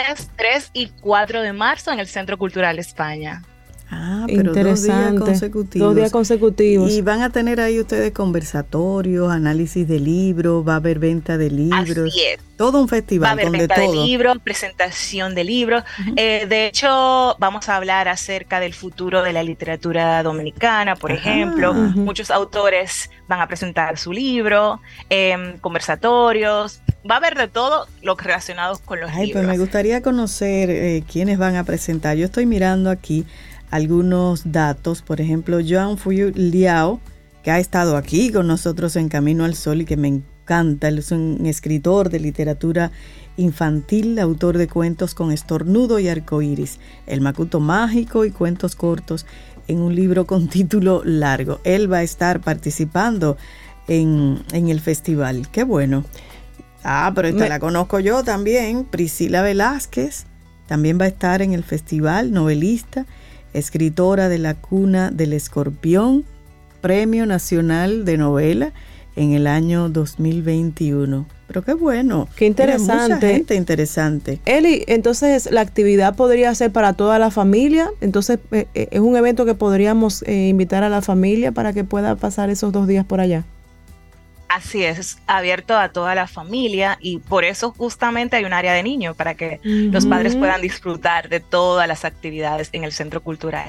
3 y 4 de marzo en el Centro Cultural España. Pero interesante. 2 días consecutivos. Y van a tener ahí ustedes conversatorios, análisis de libros, va a haber venta de libros. Así es. Todo un festival. Va a haber venta de libros, presentación de libros. De hecho, vamos a hablar acerca del futuro de la literatura dominicana, por ejemplo. Muchos autores van a presentar su libro, conversatorios. Va a haber de todo lo relacionado con los libros. Pues me gustaría conocer quiénes van a presentar. Yo estoy mirando aquí algunos datos, por ejemplo, Joan Fuyu Liao, que ha estado aquí con nosotros en Camino al Sol y que me encanta. Él es un escritor de literatura infantil, autor de cuentos con estornudo y arcoíris, El Macuto Mágico y cuentos cortos en un libro con título largo. Él va a estar participando en el festival. ¡Qué bueno! Pero esta la conozco yo también. Priscila Velázquez también va a estar en el festival, novelista, escritora de La Cuna del Escorpión, Premio Nacional de Novela en el año 2021. Pero qué bueno. Qué interesante. Mucha gente interesante. Eli, entonces la actividad podría ser para toda la familia. Entonces es un evento que podríamos invitar a la familia para que pueda pasar esos 2 días por allá. Así es abierto a toda la familia y por eso justamente hay un área de niños para que los padres puedan disfrutar de todas las actividades en el Centro Cultural.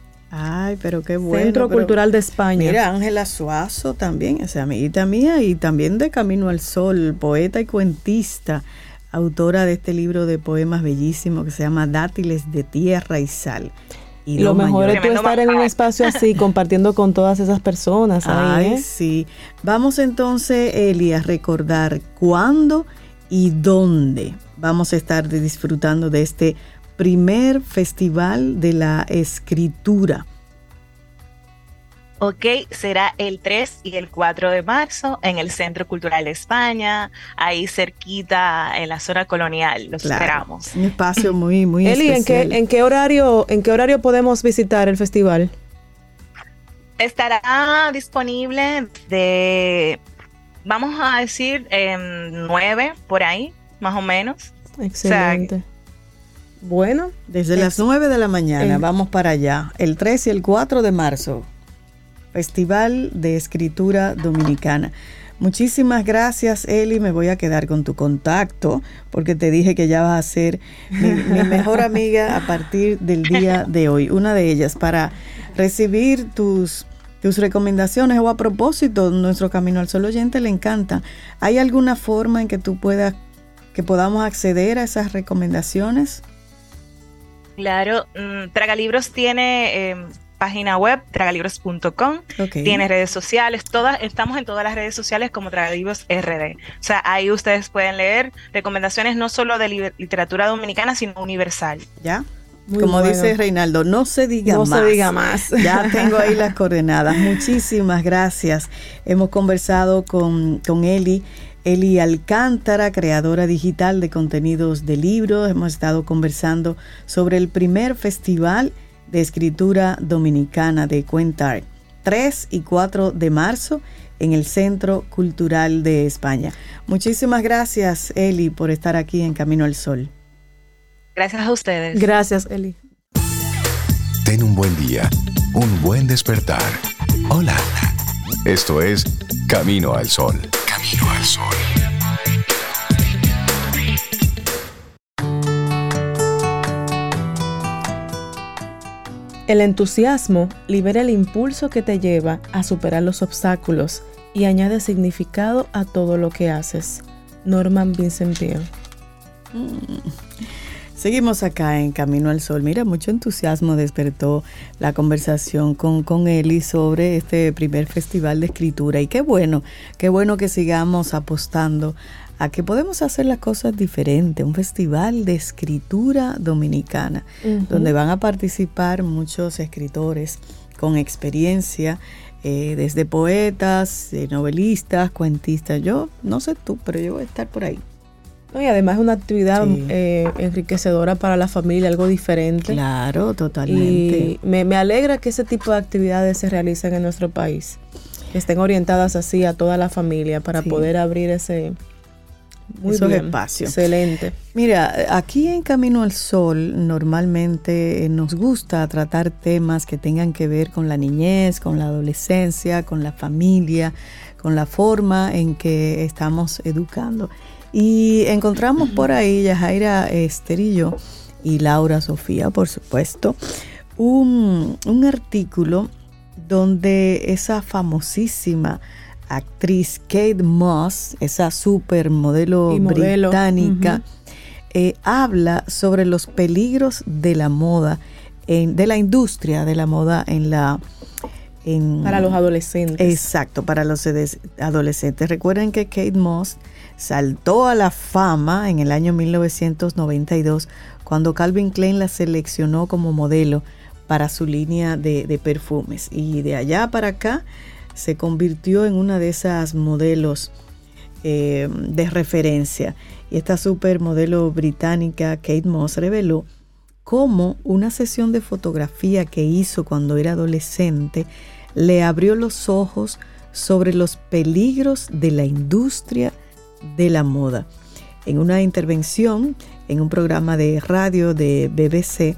Pero qué bueno. Centro Cultural de España. Mira, Ángela Suazo también, esa amiguita mía y también de Camino al Sol, poeta y cuentista, autora de este libro de poemas bellísimo que se llama Dátiles de Tierra y Sal. Y lo mejor es tú estar en un espacio así, compartiendo con todas esas personas. Sí. Vamos entonces, Eli, a recordar cuándo y dónde vamos a estar disfrutando de este primer festival de la escritura. Ok, será el 3 y el 4 de marzo en el Centro Cultural de España, ahí cerquita en la zona colonial. Los esperamos. Un espacio muy, muy Eli, especial. ¿en qué horario podemos visitar el festival? Estará disponible vamos a decir, 9 por ahí, más o menos. Excelente. O sea, bueno, desde las 9 de la mañana vamos para allá, el 3 y el 4 de marzo. Festival de Escritura Dominicana. Muchísimas gracias, Eli. Me voy a quedar con tu contacto porque te dije que ya vas a ser mi mejor amiga a partir del día de hoy. Una de ellas para recibir tus recomendaciones o a propósito, nuestro Camino al Sol oyente le encanta. ¿Hay alguna forma en que que podamos acceder a esas recomendaciones? Claro, Tragalibros tiene página web, tragalibros.com, tiene redes sociales, estamos en todas las redes sociales como Tragalibros RD. O sea, ahí ustedes pueden leer recomendaciones no solo de literatura dominicana, sino universal. ¿Ya? Como dice Reinaldo, no se diga más. Ya tengo ahí las coordenadas. Muchísimas gracias. Hemos conversado con Eli Alcántara, creadora digital de contenidos de libros. Hemos estado conversando sobre el primer festival de escritura dominicana de Cuentar, 3 y 4 de marzo en el Centro Cultural de España. Muchísimas gracias, Eli, por estar aquí en Camino al Sol. Gracias a ustedes. Gracias, Eli. Ten un buen día, un buen despertar. Hola. Esto es Camino al Sol. Camino al Sol. El entusiasmo libera el impulso que te lleva a superar los obstáculos y añade significado a todo lo que haces. Norman Vincent Peale. Seguimos acá en Camino al Sol. Mira, mucho entusiasmo despertó la conversación con Eli sobre este primer festival de escritura. Y qué bueno que sigamos apostando a que podemos hacer las cosas diferentes. Un festival de escritura dominicana, donde van a participar muchos escritores con experiencia, desde poetas, novelistas, cuentistas. Yo, no sé tú, pero yo voy a estar por ahí. Y además es una actividad enriquecedora para la familia, algo diferente. Claro, totalmente. Y me alegra que ese tipo de actividades se realicen en nuestro país, que estén orientadas así a toda la familia para poder abrir ese esos espacios. Excelente. Mira, aquí en Camino al Sol normalmente nos gusta tratar temas que tengan que ver con la niñez, con la adolescencia, con la familia, con la forma en que estamos educando. Y encontramos por ahí, Yajaira, Esther y yo, y Laura Sofía, por supuesto, un artículo donde esa famosísima actriz Kate Moss, esa supermodelo británica, habla sobre los peligros de la moda, de la industria de la moda para los adolescentes. Exacto, para los adolescentes. Recuerden que Kate Moss saltó a la fama en el año 1992 cuando Calvin Klein la seleccionó como modelo para su línea de perfumes. Y de allá para acá se convirtió en una de esas modelos de referencia. Y esta supermodelo británica, Kate Moss, reveló cómo una sesión de fotografía que hizo cuando era adolescente le abrió los ojos sobre los peligros de la industria de la moda. En una intervención en un programa de radio de BBC,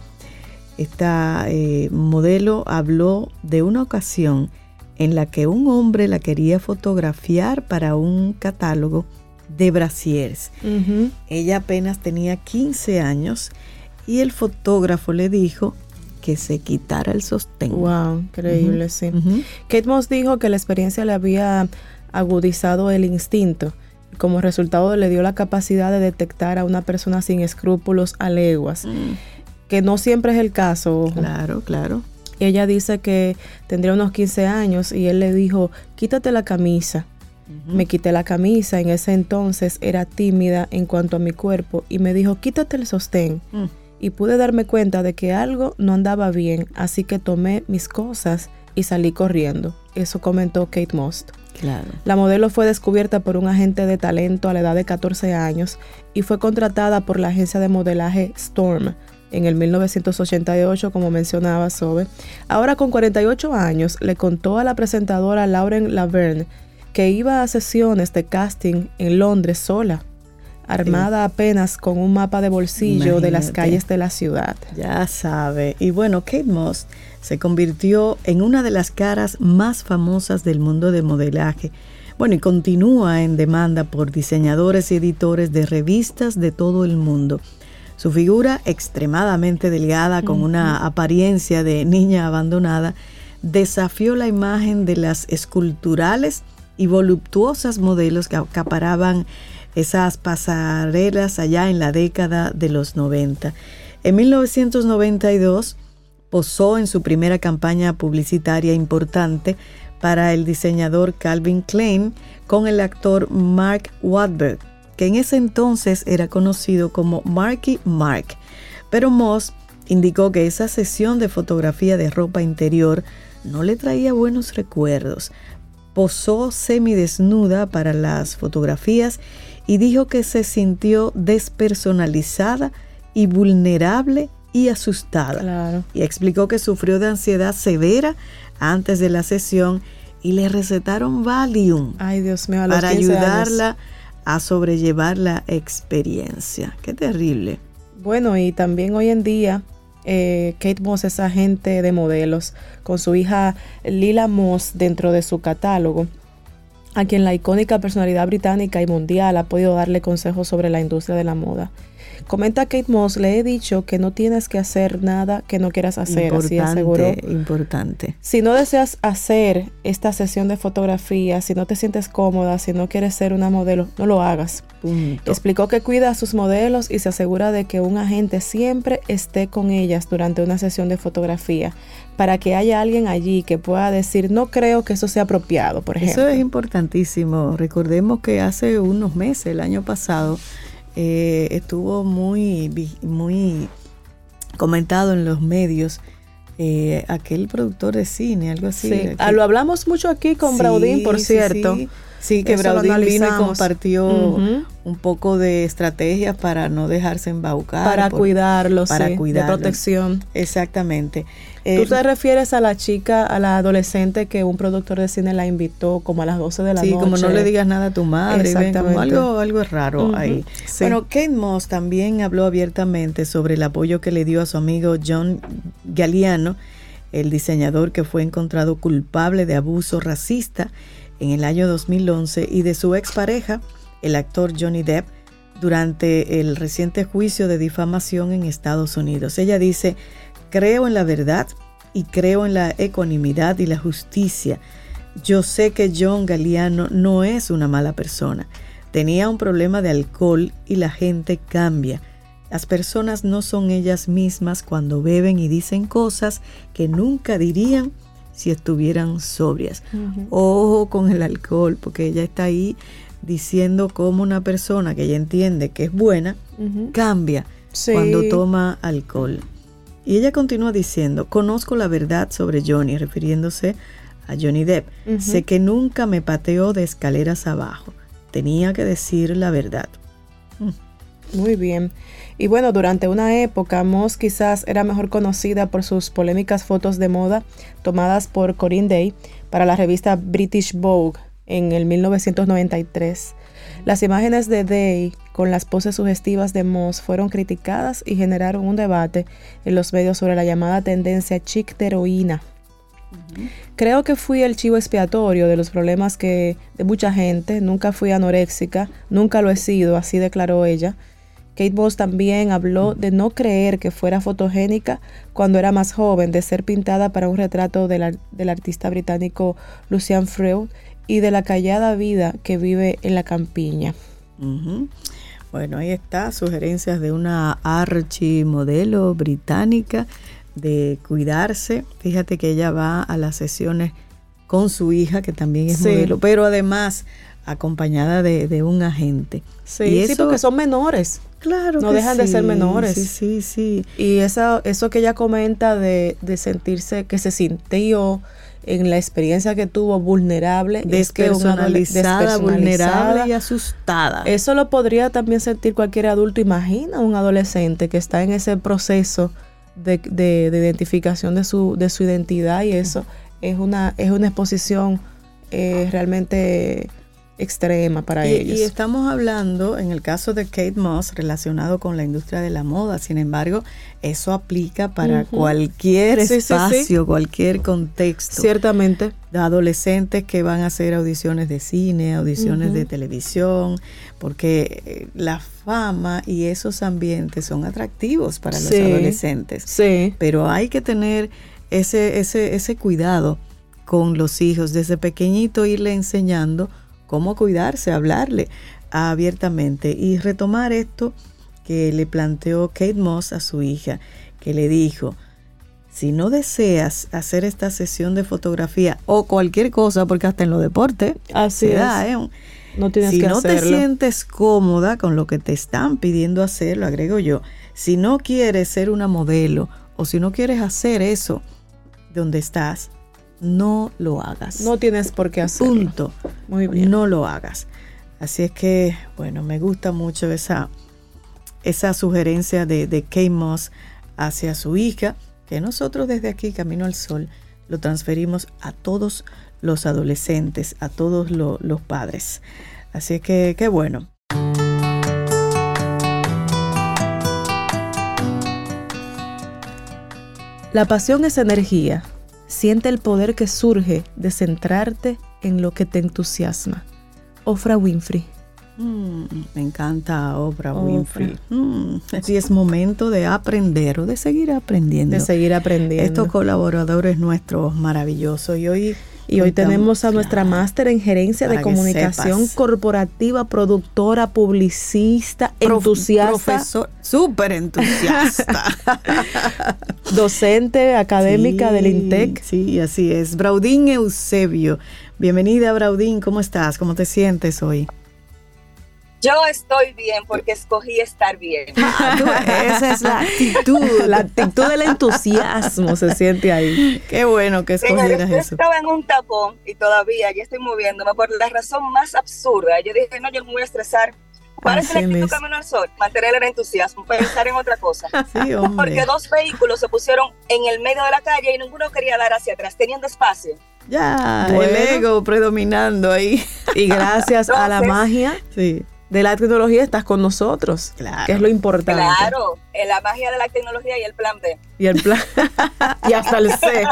esta modelo habló de una ocasión en la que un hombre la quería fotografiar para un catálogo de brasieres. Uh-huh. Ella apenas tenía 15 años y el fotógrafo le dijo que se quitara el sostén. Wow, increíble, uh-huh. Sí. Uh-huh. Kate Moss dijo que la experiencia le había agudizado el instinto. Como resultado le dio la capacidad de detectar a una persona sin escrúpulos a leguas, que no siempre es el caso. Claro, claro. Y ella dice que tendría unos 15 años y él le dijo, quítate la camisa. Uh-huh. Me quité la camisa, en ese entonces era tímida en cuanto a mi cuerpo y me dijo, quítate el sostén. Y pude darme cuenta de que algo no andaba bien, así que tomé mis cosas y salí corriendo. Eso comentó Kate Moss. Claro. La modelo fue descubierta por un agente de talento a la edad de 14 años y fue contratada por la agencia de modelaje Storm en el 1988, como mencionaba Sobe. Ahora con 48 años, le contó a la presentadora Lauren Laverne que iba a sesiones de casting en Londres sola, armada apenas con un mapa de bolsillo. Imagínate. De las calles de la ciudad. Ya sabe. Y bueno, Kate Moss se convirtió en una de las caras más famosas del mundo de modelaje. Bueno, y continúa en demanda por diseñadores y editores de revistas de todo el mundo. Su figura, extremadamente delgada, con una apariencia de niña abandonada, desafió la imagen de las esculturales y voluptuosas modelos que acaparaban esas pasarelas allá en la década de los 90. En 1992 posó en su primera campaña publicitaria importante para el diseñador Calvin Klein con el actor Mark Wahlberg, que en ese entonces era conocido como Marky Mark. Pero Moss indicó que esa sesión de fotografía de ropa interior no le traía buenos recuerdos. Posó semidesnuda para las fotografías y dijo que se sintió despersonalizada y vulnerable y asustada. Claro. Y explicó que sufrió de ansiedad severa antes de la sesión y le recetaron Valium. Ay, Dios mío, para ayudarla a sobrellevar la experiencia. Qué terrible. Bueno, y también hoy en día Kate Moss es agente de modelos con su hija Lila Moss dentro de su catálogo, a quien la icónica personalidad británica y mundial ha podido darle consejos sobre la industria de la moda. Comenta Kate Moss, le he dicho que no tienes que hacer nada que no quieras hacer. Importante, así aseguró. Importante. Si no deseas hacer esta sesión de fotografía, si no te sientes cómoda, si no quieres ser una modelo, no lo hagas. Punto. Explicó que cuida a sus modelos y se asegura de que un agente siempre esté con ellas durante una sesión de fotografía, para que haya alguien allí que pueda decir, no creo que eso sea apropiado, por ejemplo. Eso es importantísimo. Recordemos que hace unos meses, el año pasado, estuvo muy comentado en los medios aquel productor de cine, algo así. Sí. Lo hablamos mucho aquí con Braudín, por cierto. Sí, que Braudín vino y compartió un poco de estrategias para no dejarse embaucar. Para cuidarlo, para cuidarlo. De protección. Exactamente. ¿Tú te refieres a la chica, a la adolescente que un productor de cine la invitó como a las 12 de la noche? Sí, como no le digas nada a tu madre. Exactamente. Como algo raro ahí. Sí. Bueno, Kate Moss también habló abiertamente sobre el apoyo que le dio a su amigo John Galliano, el diseñador que fue encontrado culpable de abuso racista en el año 2011, y de su expareja, el actor Johnny Depp, durante el reciente juicio de difamación en Estados Unidos. Ella dice: creo en la verdad y creo en la ecuanimidad y la justicia. Yo sé que John Galliano no es una mala persona. Tenía un problema de alcohol y la gente cambia. Las personas no son ellas mismas cuando beben y dicen cosas que nunca dirían si estuvieran sobrias. Ojo con el alcohol, porque ella está ahí diciendo cómo una persona que ella entiende que es buena cambia cuando toma alcohol. Y ella continúa diciendo: conozco la verdad sobre Johnny, refiriéndose a Johnny Depp. Sé que nunca me pateó de escaleras abajo. Tenía que decir la verdad. Muy bien. Y bueno, durante una época, Moss quizás era mejor conocida por sus polémicas fotos de moda tomadas por Corinne Day para la revista British Vogue en el 1993. Las imágenes de Day con las poses sugestivas de Moss fueron criticadas y generaron un debate en los medios sobre la llamada tendencia chic de heroína. Creo que fui el chivo expiatorio de los problemas de mucha gente. Nunca fui anoréxica, nunca lo he sido, así declaró ella. Kate Moss también habló de no creer que fuera fotogénica cuando era más joven, de ser pintada para un retrato del artista británico Lucian Freud y de la callada vida que vive en la campiña. Bueno, ahí está, sugerencias de una archimodelo británica de cuidarse. Fíjate que ella va a las sesiones con su hija, que también es modelo, pero además acompañada de un agente. Sí, porque son menores. Claro, no dejan de ser menores. Sí. Y eso que ella comenta de sentirse, que se sintió en la experiencia que tuvo vulnerable, despersonalizada, vulnerable y asustada. Eso lo podría también sentir cualquier adulto. Imagina un adolescente que está en ese proceso de identificación de su identidad, y eso es una exposición realmente extrema para ellos. Y estamos hablando, en el caso de Kate Moss, relacionado con la industria de la moda. Sin embargo, eso aplica para cualquier espacio, cualquier contexto. Ciertamente. De adolescentes que van a hacer audiciones de cine, audiciones de televisión, porque la fama y esos ambientes son atractivos para los adolescentes. Sí. Pero hay que tener ese cuidado con los hijos, desde pequeñito irle enseñando cómo cuidarse, hablarle abiertamente y retomar esto que le planteó Kate Moss a su hija, que le dijo: si no deseas hacer esta sesión de fotografía o cualquier cosa, porque hasta en los deportes así es, no tienes que hacerlo. Si no te sientes cómoda con lo que te están pidiendo hacer, lo agrego yo, si no quieres ser una modelo o si no quieres hacer eso donde estás, no lo hagas. No tienes por qué hacerlo. Punto. Muy bien. No lo hagas. Así es que, bueno, me gusta mucho esa sugerencia de Kate Moss hacia su hija, que nosotros desde aquí, Camino al Sol, lo transferimos a todos los adolescentes, a todos los padres. Así es que, qué bueno. La pasión es energía. Siente el poder que surge de centrarte en lo que te entusiasma. Oprah Winfrey. Me encanta Oprah Winfrey. Sí, es momento de aprender o de seguir aprendiendo. Estos colaboradores nuestros maravillosos. Y hoy tenemos a nuestra máster en gerencia de comunicación corporativa, productora, publicista, entusiasta. Profesor, súper entusiasta. Docente académica del INTEC. Sí, así es. Braudín Eusebio. Bienvenida, Braudín. ¿Cómo estás? ¿Cómo te sientes hoy? Yo estoy bien porque escogí estar bien. Esa es la actitud. La actitud del entusiasmo se siente ahí. Qué bueno que escogieras yo eso. estaba en un tapón y todavía ya estoy moviéndome por la razón más absurda. Yo dije, no, yo no me voy a estresar. ¿Cuál es el actitud Camino al Sol? Mantener el entusiasmo, pensar en otra cosa. Sí, hombre. Porque 2 vehículos se pusieron en el medio de la calle y ninguno quería dar hacia atrás, teniendo espacio. Ya, Bueno. el ego predominando ahí. Y gracias a la magia Sí. de la tecnología estás con nosotros, Claro. que es lo importante. Claro, la magia de la tecnología y el plan B. Y el plan y hasta el C.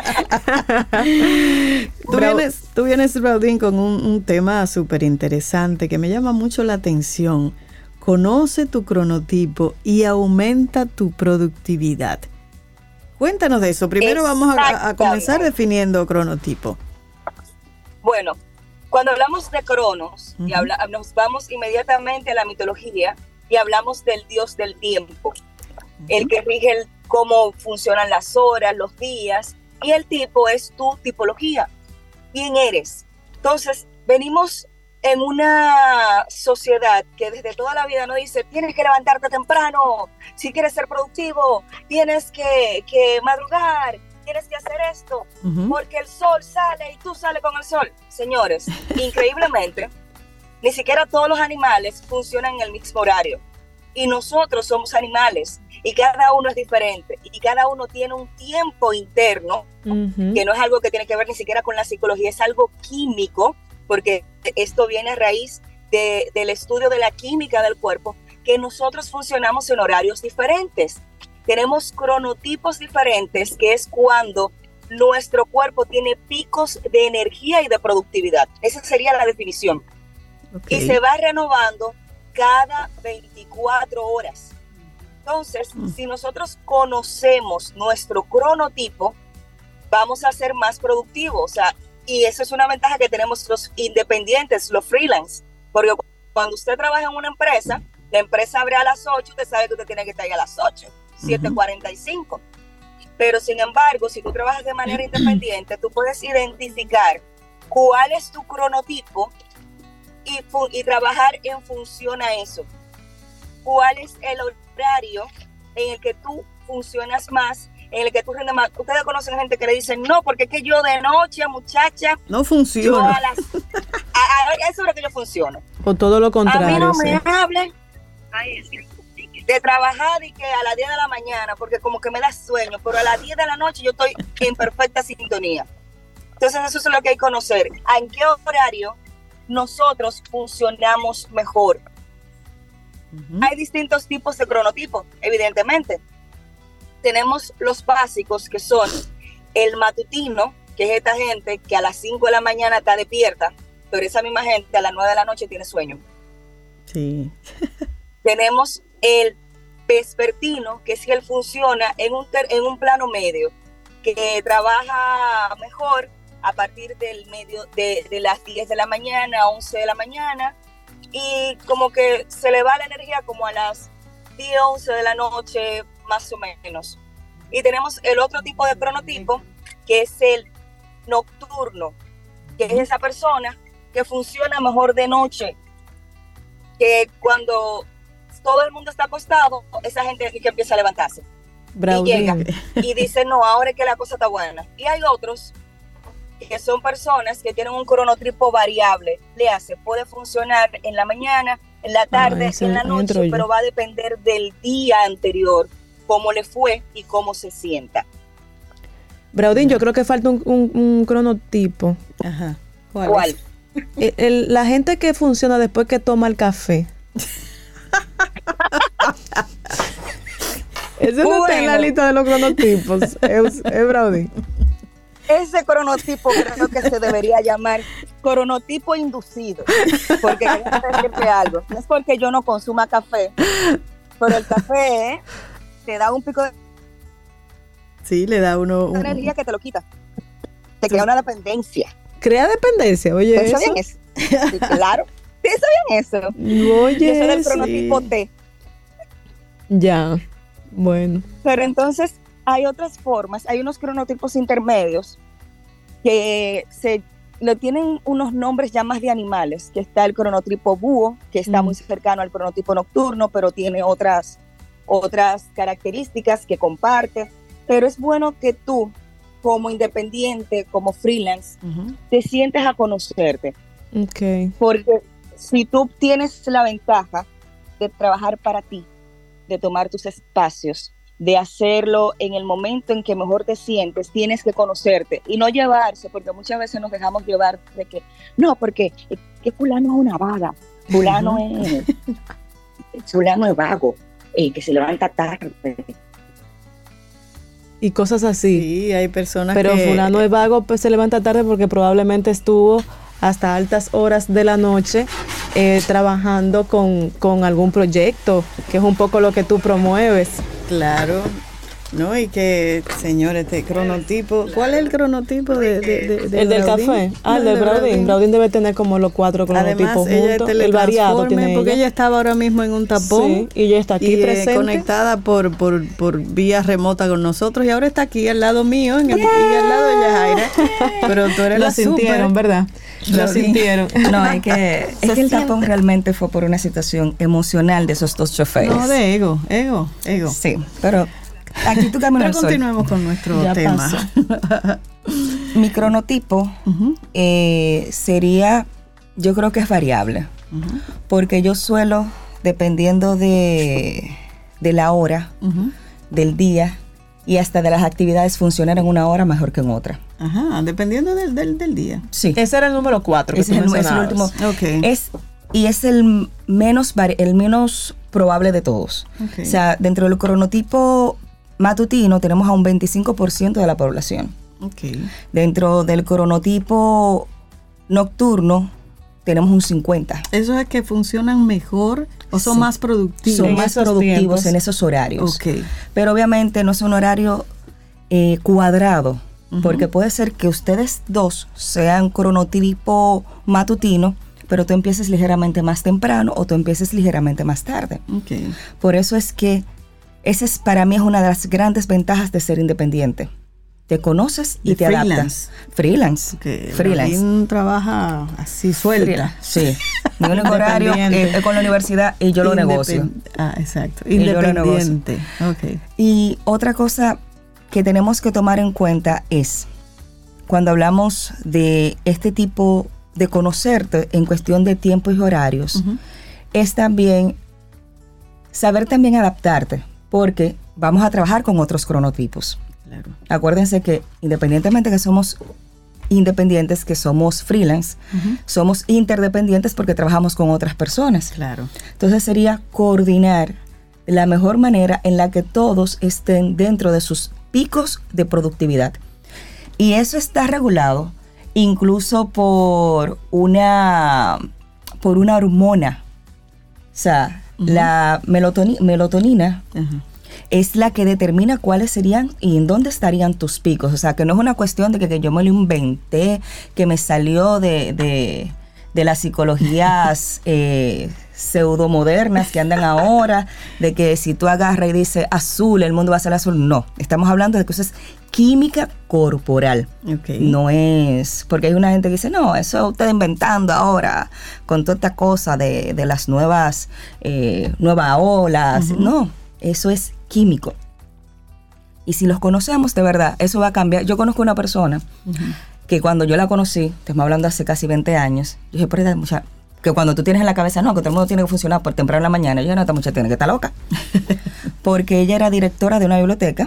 Tú vienes, Braudín, con un tema súper interesante que me llama mucho la atención. Conoce tu cronotipo y aumenta tu productividad. Cuéntanos de eso. Primero vamos a comenzar definiendo cronotipo. Bueno, cuando hablamos de Cronos, y nos vamos inmediatamente a la mitología y hablamos del dios del tiempo, el que rige cómo funcionan las horas, los días, y el tipo es tu tipología. ¿Quién eres? Entonces, venimos en una sociedad que desde toda la vida nos dice, tienes que levantarte temprano, si quieres ser productivo, tienes que madrugar, tienes que hacer esto, porque el sol sale y tú sales con el sol. Señores, increíblemente, ni siquiera todos los animales funcionan en el mismo horario. Y nosotros somos animales y cada uno es diferente y cada uno tiene un tiempo interno que no es algo que tiene que ver ni siquiera con la psicología, es algo químico, porque esto viene a raíz del estudio de la química del cuerpo, que nosotros funcionamos en horarios diferentes. Tenemos cronotipos diferentes, que es cuando nuestro cuerpo tiene picos de energía y de productividad. Esa sería la definición. Okay. Y se va renovando cada 24 horas. Entonces, si nosotros conocemos nuestro cronotipo, vamos a ser más productivos. O sea, y eso es una ventaja que tenemos los independientes, los freelance. Porque cuando usted trabaja en una empresa, la empresa abre a las 8, usted sabe que usted tiene que estar ahí a las 8, 7:45. Pero sin embargo, si tú trabajas de manera independiente, tú puedes identificar cuál es tu cronotipo y trabajar en función a eso. ¿Cuál es el horario en el que tú funcionas más, en el que tú rindes más? Ustedes conocen gente que le dicen, no, porque es que yo de noche, muchacha, no funciona. Eso es lo que yo funciono. O todo lo contrario. A mí no me hable de trabajar y que a las 10 de la mañana, porque como que me da sueño, pero a las 10 de la noche yo estoy en perfecta sintonía. Entonces eso es lo que hay que conocer. ¿En qué horario nosotros funcionamos mejor? Hay distintos tipos de cronotipos, evidentemente. Tenemos los básicos, que son el matutino, que es esta gente que a las 5 de la mañana está despierta, pero esa misma gente a las 9 de la noche tiene sueño. Sí. Tenemos el vespertino, que es que él funciona en un plano medio, que trabaja mejor a partir del de las 10 de la mañana, 11 de la mañana, y como que se le va la energía como a las 10, 11 de la noche, más o menos. Y tenemos el otro tipo de cronotipo, que es el nocturno, que es esa persona que funciona mejor de noche, que cuando todo el mundo está acostado, esa gente que empieza a levantarse. Y llega y dice, no, ahora es que la cosa está buena. Y hay otros que son personas que tienen un cronotipo variable. Puede funcionar en la mañana, en la tarde, en la noche, pero va a depender del día anterior, cómo le fue y cómo se sienta. Braudín, yo creo que falta un cronotipo. Ajá. ¿Cuál? La gente que funciona después que toma el café. Eso no está en la lista de los cronotipos. Es Braudín. Ese cronotipo creo que se debería llamar cronotipo inducido, porque déjame decirte algo, no es porque yo no consuma café, pero el café te da un pico de sí, le da uno energía que te lo quita, te crea una dependencia. ¿Crea dependencia? Oye, ¿Eso bien eso? Sí, claro, ¿piensa bien eso? Oye, yo soy del cronotipo T. Ya, bueno. Pero entonces hay otras formas, hay unos cronotipos intermedios que se le tienen unos nombres ya más de animales, que está el cronotipo búho, que está muy cercano al cronotipo nocturno, pero tiene otras características que comparte. Pero es bueno que tú, como independiente, como freelance, te sientes a conocerte. Okay. Porque si tú tienes la ventaja de trabajar para ti, de tomar tus espacios, de hacerlo en el momento en que mejor te sientes, tienes que conocerte y no llevarse, porque muchas veces nos dejamos llevar de que, no, porque que fulano es una vaga, fulano es vago, que se levanta tarde. Y cosas así. Sí, hay personas pero que... fulano es vago, pues se levanta tarde porque probablemente estuvo hasta altas horas de la noche trabajando con algún proyecto, que es un poco lo que tú promueves. Claro, ¿no? Y que, señores, este cronotipo, ¿cuál es el cronotipo de el del Braudín? café? No, El del Braudín. Braudín debe tener como los 4 cronotipos juntos. El variado tiene porque ella estaba ahora mismo en un tapón. Sí, y ella está aquí presente. Conectada por vía remota con nosotros, y ahora está aquí al lado mío, y al lado de Yajaira. Pero tú eres lo la sintieron, super, ¿verdad? Lo sintieron. No, es que el tapón realmente fue por una situación emocional de esos dos choferes. No, de ego. Sí, pero aquí tu camino al sol. Continuemos con nuestro tema. Mi cronotipo sería, yo creo que es variable, porque yo suelo, dependiendo de la hora, del día y hasta de las actividades, funcionar en una hora mejor que en otra. Ajá, dependiendo del día. Sí. Ese era el número 4 que ese es el último. Okay. Es el menos probable de todos. Okay. O sea, dentro del cronotipo matutino tenemos a un 25% de la población. Okay. Dentro del cronotipo nocturno tenemos un 50%. ¿Eso es que funcionan mejor o son más productivos? Son más productivos en esos horarios. Okay. Pero obviamente no es un horario cuadrado, porque puede ser que ustedes dos sean cronotipo matutino, pero tú empieces ligeramente más temprano o tú empieces ligeramente más tarde. Okay. Por eso es que para mí es una de las grandes ventajas de ser independiente. Te conoces y te adaptas. Freelance. Okay. Freelance. Trabaja así suelta. Sí. Mi único horario es con la universidad y yo lo negocio. Exacto. Independiente. Okay. Y otra cosa que tenemos que tomar en cuenta es, cuando hablamos de este tipo de conocerte en cuestión de tiempos y horarios, es también saber también adaptarte, porque vamos a trabajar con otros cronotipos. Claro. Acuérdense que independientemente que somos independientes, que somos freelance, somos interdependientes porque trabajamos con otras personas. Claro. Entonces sería coordinar la mejor manera en la que todos estén dentro de sus picos de productividad. Y eso está regulado incluso por una hormona. O sea, la melatonina es la que determina cuáles serían y en dónde estarían tus picos. O sea, que no es una cuestión de que yo me lo inventé, que me salió de las psicologías pseudomodernas que andan ahora, de que si tú agarras y dices azul, el mundo va a ser azul. No, estamos hablando de cosas química corporal. Okay. No es, porque hay una gente que dice, no, eso usted inventando ahora con toda esta cosa de las nuevas olas. No, eso es químico. Y si los conocemos de verdad, eso va a cambiar. Yo conozco una persona que cuando yo la conocí, te estoy hablando hace casi 20 años, yo dije, pero esta muchacha, que cuando tú tienes en la cabeza, no, que todo el mundo tiene que funcionar por temprano en la mañana, yo dije, no, esta muchacha tiene que estar loca. Porque ella era directora de una biblioteca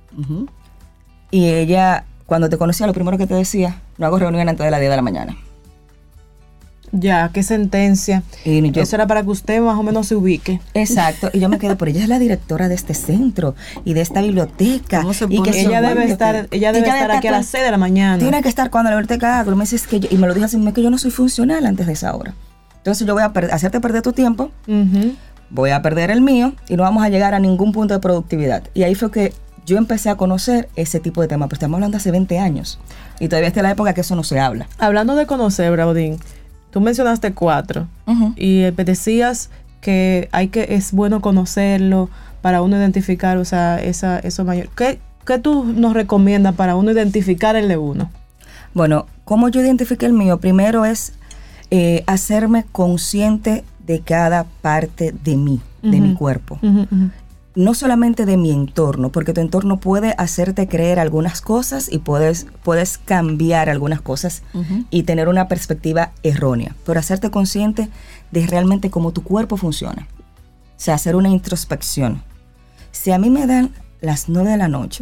y ella, cuando te conocía, lo primero que te decía, no hago reunión antes de las 10 de la mañana. Ya, qué sentencia. Y yo, eso era para que usted más o menos se ubique. Exacto. Y yo me quedo, pero ella es la directora de este centro y de esta biblioteca. Y que ella debe estar aquí a las 6 de la mañana. Tiene que estar cuando la biblioteca haga. Me dices que y me lo dijo así, que yo no soy funcional antes de esa hora. Entonces yo voy a hacerte perder tu tiempo, voy a perder el mío y no vamos a llegar a ningún punto de productividad. Y ahí fue que yo empecé a conocer ese tipo de temas. Pero estamos hablando hace 20 años y todavía está en la época que eso no se habla. Hablando de conocer, Braudín, tú mencionaste 4 y decías que es bueno conocerlo para uno identificar, o sea, eso mayor. ¿Qué tú nos recomiendas para uno identificar el de uno? Bueno, ¿Cómo yo identifiqué el mío? Primero es hacerme consciente de cada parte de mí, de mi cuerpo. No solamente de mi entorno, porque tu entorno puede hacerte creer algunas cosas y puedes cambiar algunas cosas y tener una perspectiva errónea, pero hacerte consciente de realmente cómo tu cuerpo funciona. O sea, hacer una introspección. Si a mí me dan las 9 de la noche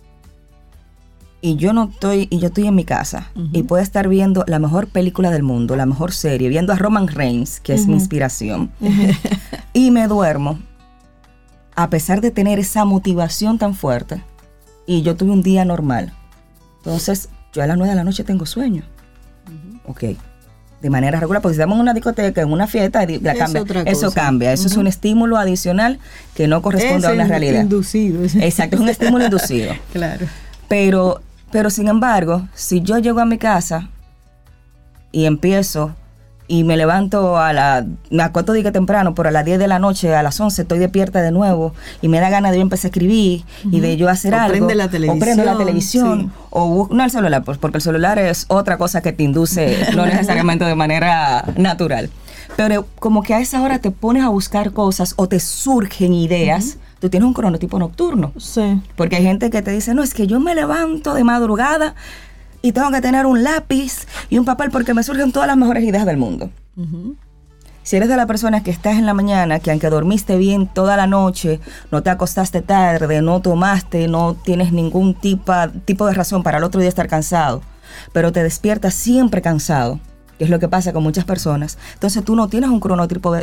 y yo estoy en mi casa y puedo estar viendo la mejor película del mundo, la mejor serie, viendo a Roman Reigns, que es mi inspiración, y me duermo, a pesar de tener esa motivación tan fuerte, y yo tuve un día normal, entonces yo a las 9 de la noche tengo sueño. Ok, de manera regular, porque si estamos en una discoteca, en una fiesta, eso cambia. Eso es un estímulo adicional que no corresponde a una realidad. Inducido. Exacto, es un estímulo inducido. Claro. Pero sin embargo, si yo llego a mi casa y empiezo y me levanto me acuesto temprano, pero a las 10 de la noche, a las 11 estoy despierta de nuevo y me da ganas de yo empezar a escribir y de yo hacer algo. Prende la televisión. O prendo la televisión. O no el celular, pues, porque el celular es otra cosa que te induce, no necesariamente de manera natural. Pero como que a esa hora te pones a buscar cosas o te surgen ideas. Tú tienes un cronotipo nocturno. Sí. Porque hay gente que te dice, no, es que yo me levanto de madrugada y tengo que tener un lápiz y un papel porque me surgen todas las mejores ideas del mundo. Si eres de la persona que estás en la mañana, que aunque dormiste bien toda la noche, no te acostaste tarde, no tomaste, no tienes ningún tipo de razón para el otro día estar cansado, pero te despiertas siempre cansado, que es lo que pasa con muchas personas, entonces tú no tienes un cronotipo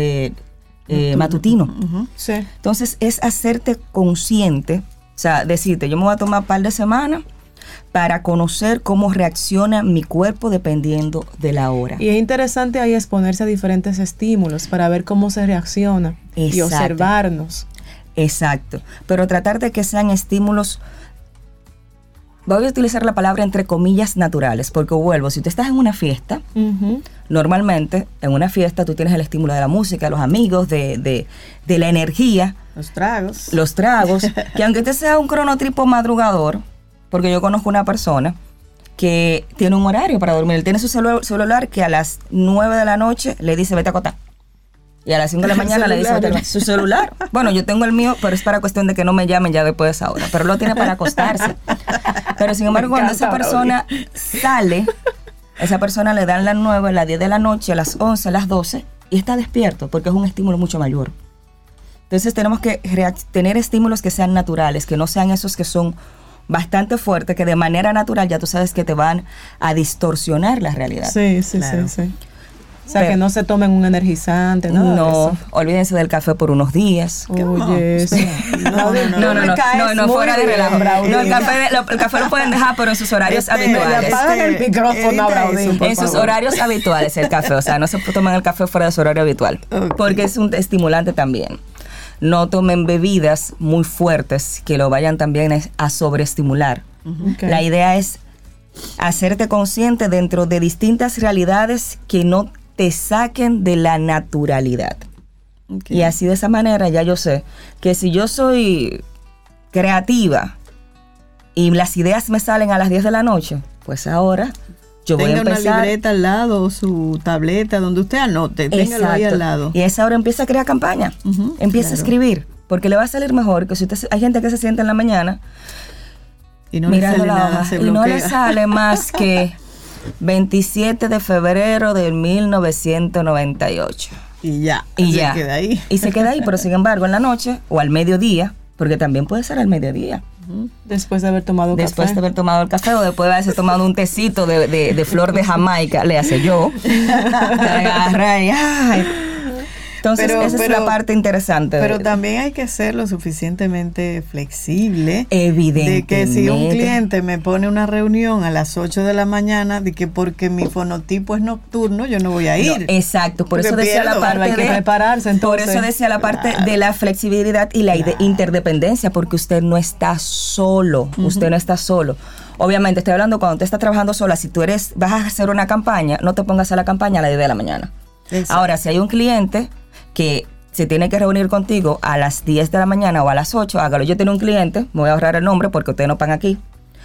matutino. Sí. Entonces es hacerte consciente, o sea, decirte, yo me voy a tomar un par de semanas para conocer cómo reacciona mi cuerpo dependiendo de la hora. Y es interesante ahí exponerse a diferentes estímulos para ver cómo se reacciona. Exacto. Y observarnos. Exacto. Pero tratar de que sean estímulos, voy a utilizar la palabra entre comillas naturales, porque vuelvo, si tú estás en una fiesta, normalmente en una fiesta tú tienes el estímulo de la música, los amigos, de la energía. Los tragos. Los tragos, que aunque este sea un cronotipo madrugador, porque yo conozco una persona que tiene un horario para dormir. Él tiene su celular que a las 9 de la noche le dice vete a acostar. Y a las 5 de la mañana le dice vete a acostar. Su celular. Bueno, yo tengo el mío, pero es para cuestión de que no me llamen ya después de esa hora. Pero lo tiene para acostarse. Pero sin embargo, cuando esa persona sale, esa persona le dan las 9, las 10 de la noche, a las 11, a las 12 y está despierto porque es un estímulo mucho mayor. Entonces tenemos que tener estímulos que sean naturales, que no sean esos que son bastante fuerte, que de manera natural ya tú sabes que te van a distorsionar la realidad. Sí, sí, claro. Sí. O sea, que no se tomen un energizante, ¿no? No, olvídense del café por unos días. Oye, sí. No, fuera de relajo. No, el café lo pueden dejar, pero en sus horarios habituales. Apagan el micrófono, Braudín, en sus horarios habituales el café, o sea, no se toman el café fuera de su horario habitual, porque es un estimulante también. No tomen bebidas muy fuertes que lo vayan también a sobreestimular. Okay. La idea es hacerte consciente dentro de distintas realidades que no te saquen de la naturalidad. Okay. Y así de esa manera ya yo sé que si yo soy creativa y las ideas me salen a las 10 de la noche, pues ahora yo voy a empezar. Tenga una libreta al lado o su tableta donde usted anote, téngalo ahí al lado. Y a esa hora empieza a crear campaña, empieza a escribir, porque le va a salir mejor que si usted, hay gente que se sienta en la mañana y no le sale nada, y no le sale más que 27 de febrero de 1998. Y ya. Se queda ahí. Y se queda ahí, pero sin embargo en la noche o al mediodía, porque también puede ser al mediodía. Después de haber tomado café. Después de haber tomado el café o después de haberse tomado un tecito de flor de Jamaica, le hace yo. Te agarra y ¡ay! Entonces, esa es la parte interesante. Pero también hay que ser lo suficientemente flexible. Evidentemente. De que si un cliente me pone una reunión a las 8 de la mañana, de que porque mi fonotipo es nocturno, yo no voy a ir. No, exacto, por eso decía la parte hay que prepararse. Entonces. Por eso decía la parte de la flexibilidad y la interdependencia, porque usted no está solo, usted no está solo. Obviamente, estoy hablando cuando usted está trabajando sola, si tú vas a hacer una campaña, no te pongas a la campaña a las 10 de la mañana. Exacto. Ahora, si hay un cliente que se tiene que reunir contigo a las 10 de la mañana o a las 8, hágalo. Yo tengo un cliente, me voy a ahorrar el nombre porque ustedes no pagan aquí,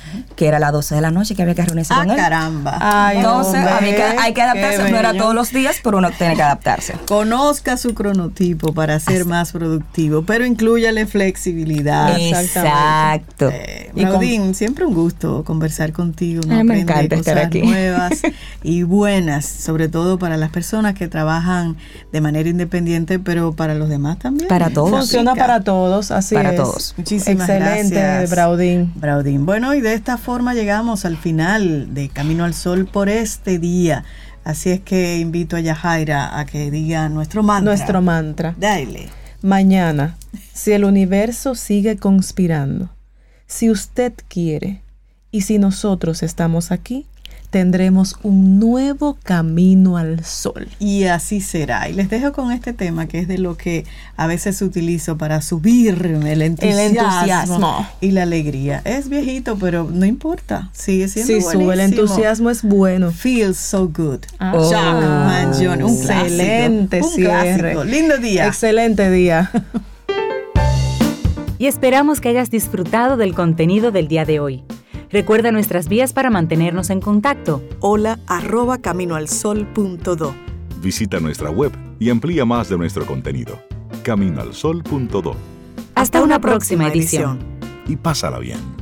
que era a las 12 de la noche que había que reunirse con él. Caramba. Ay, entonces hombre, hay que adaptarse, no era todos los días, pero uno tiene que adaptarse. Conozca su cronotipo para ser más productivo, pero inclúyale flexibilidad. Exacto. Braudín, siempre un gusto conversar contigo, uno me aprende encanta estar cosas aquí. nuevas y buenas, sobre todo para las personas que trabajan de manera independiente, pero para los demás también. Para todos. Funciona para todos, así para es. todos. Muchísimas Excelente, gracias, Braudín. Bueno, y de esta forma llegamos al final de Camino al Sol por este día. Así es que invito a Yajaira a que diga nuestro mantra. Dale. Mañana, si el universo sigue conspirando, si usted quiere y si nosotros estamos aquí, tendremos un nuevo camino al sol. Y así será. Y les dejo con este tema que es de lo que a veces utilizo para subirme el entusiasmo y la alegría. Es viejito, pero no importa. Sigue siendo buenísimo. Sube, el entusiasmo es bueno. Feels so good. Jack Mangione, un excelente clásico. cierre. Un clásico. Lindo día. Excelente día. Y esperamos que hayas disfrutado del contenido del día de hoy. Recuerda nuestras vías para mantenernos en contacto. hola@caminoalsol.do. Visita nuestra web y amplía más de nuestro contenido. caminoalsol.do. Hasta una próxima edición. Y pásala bien.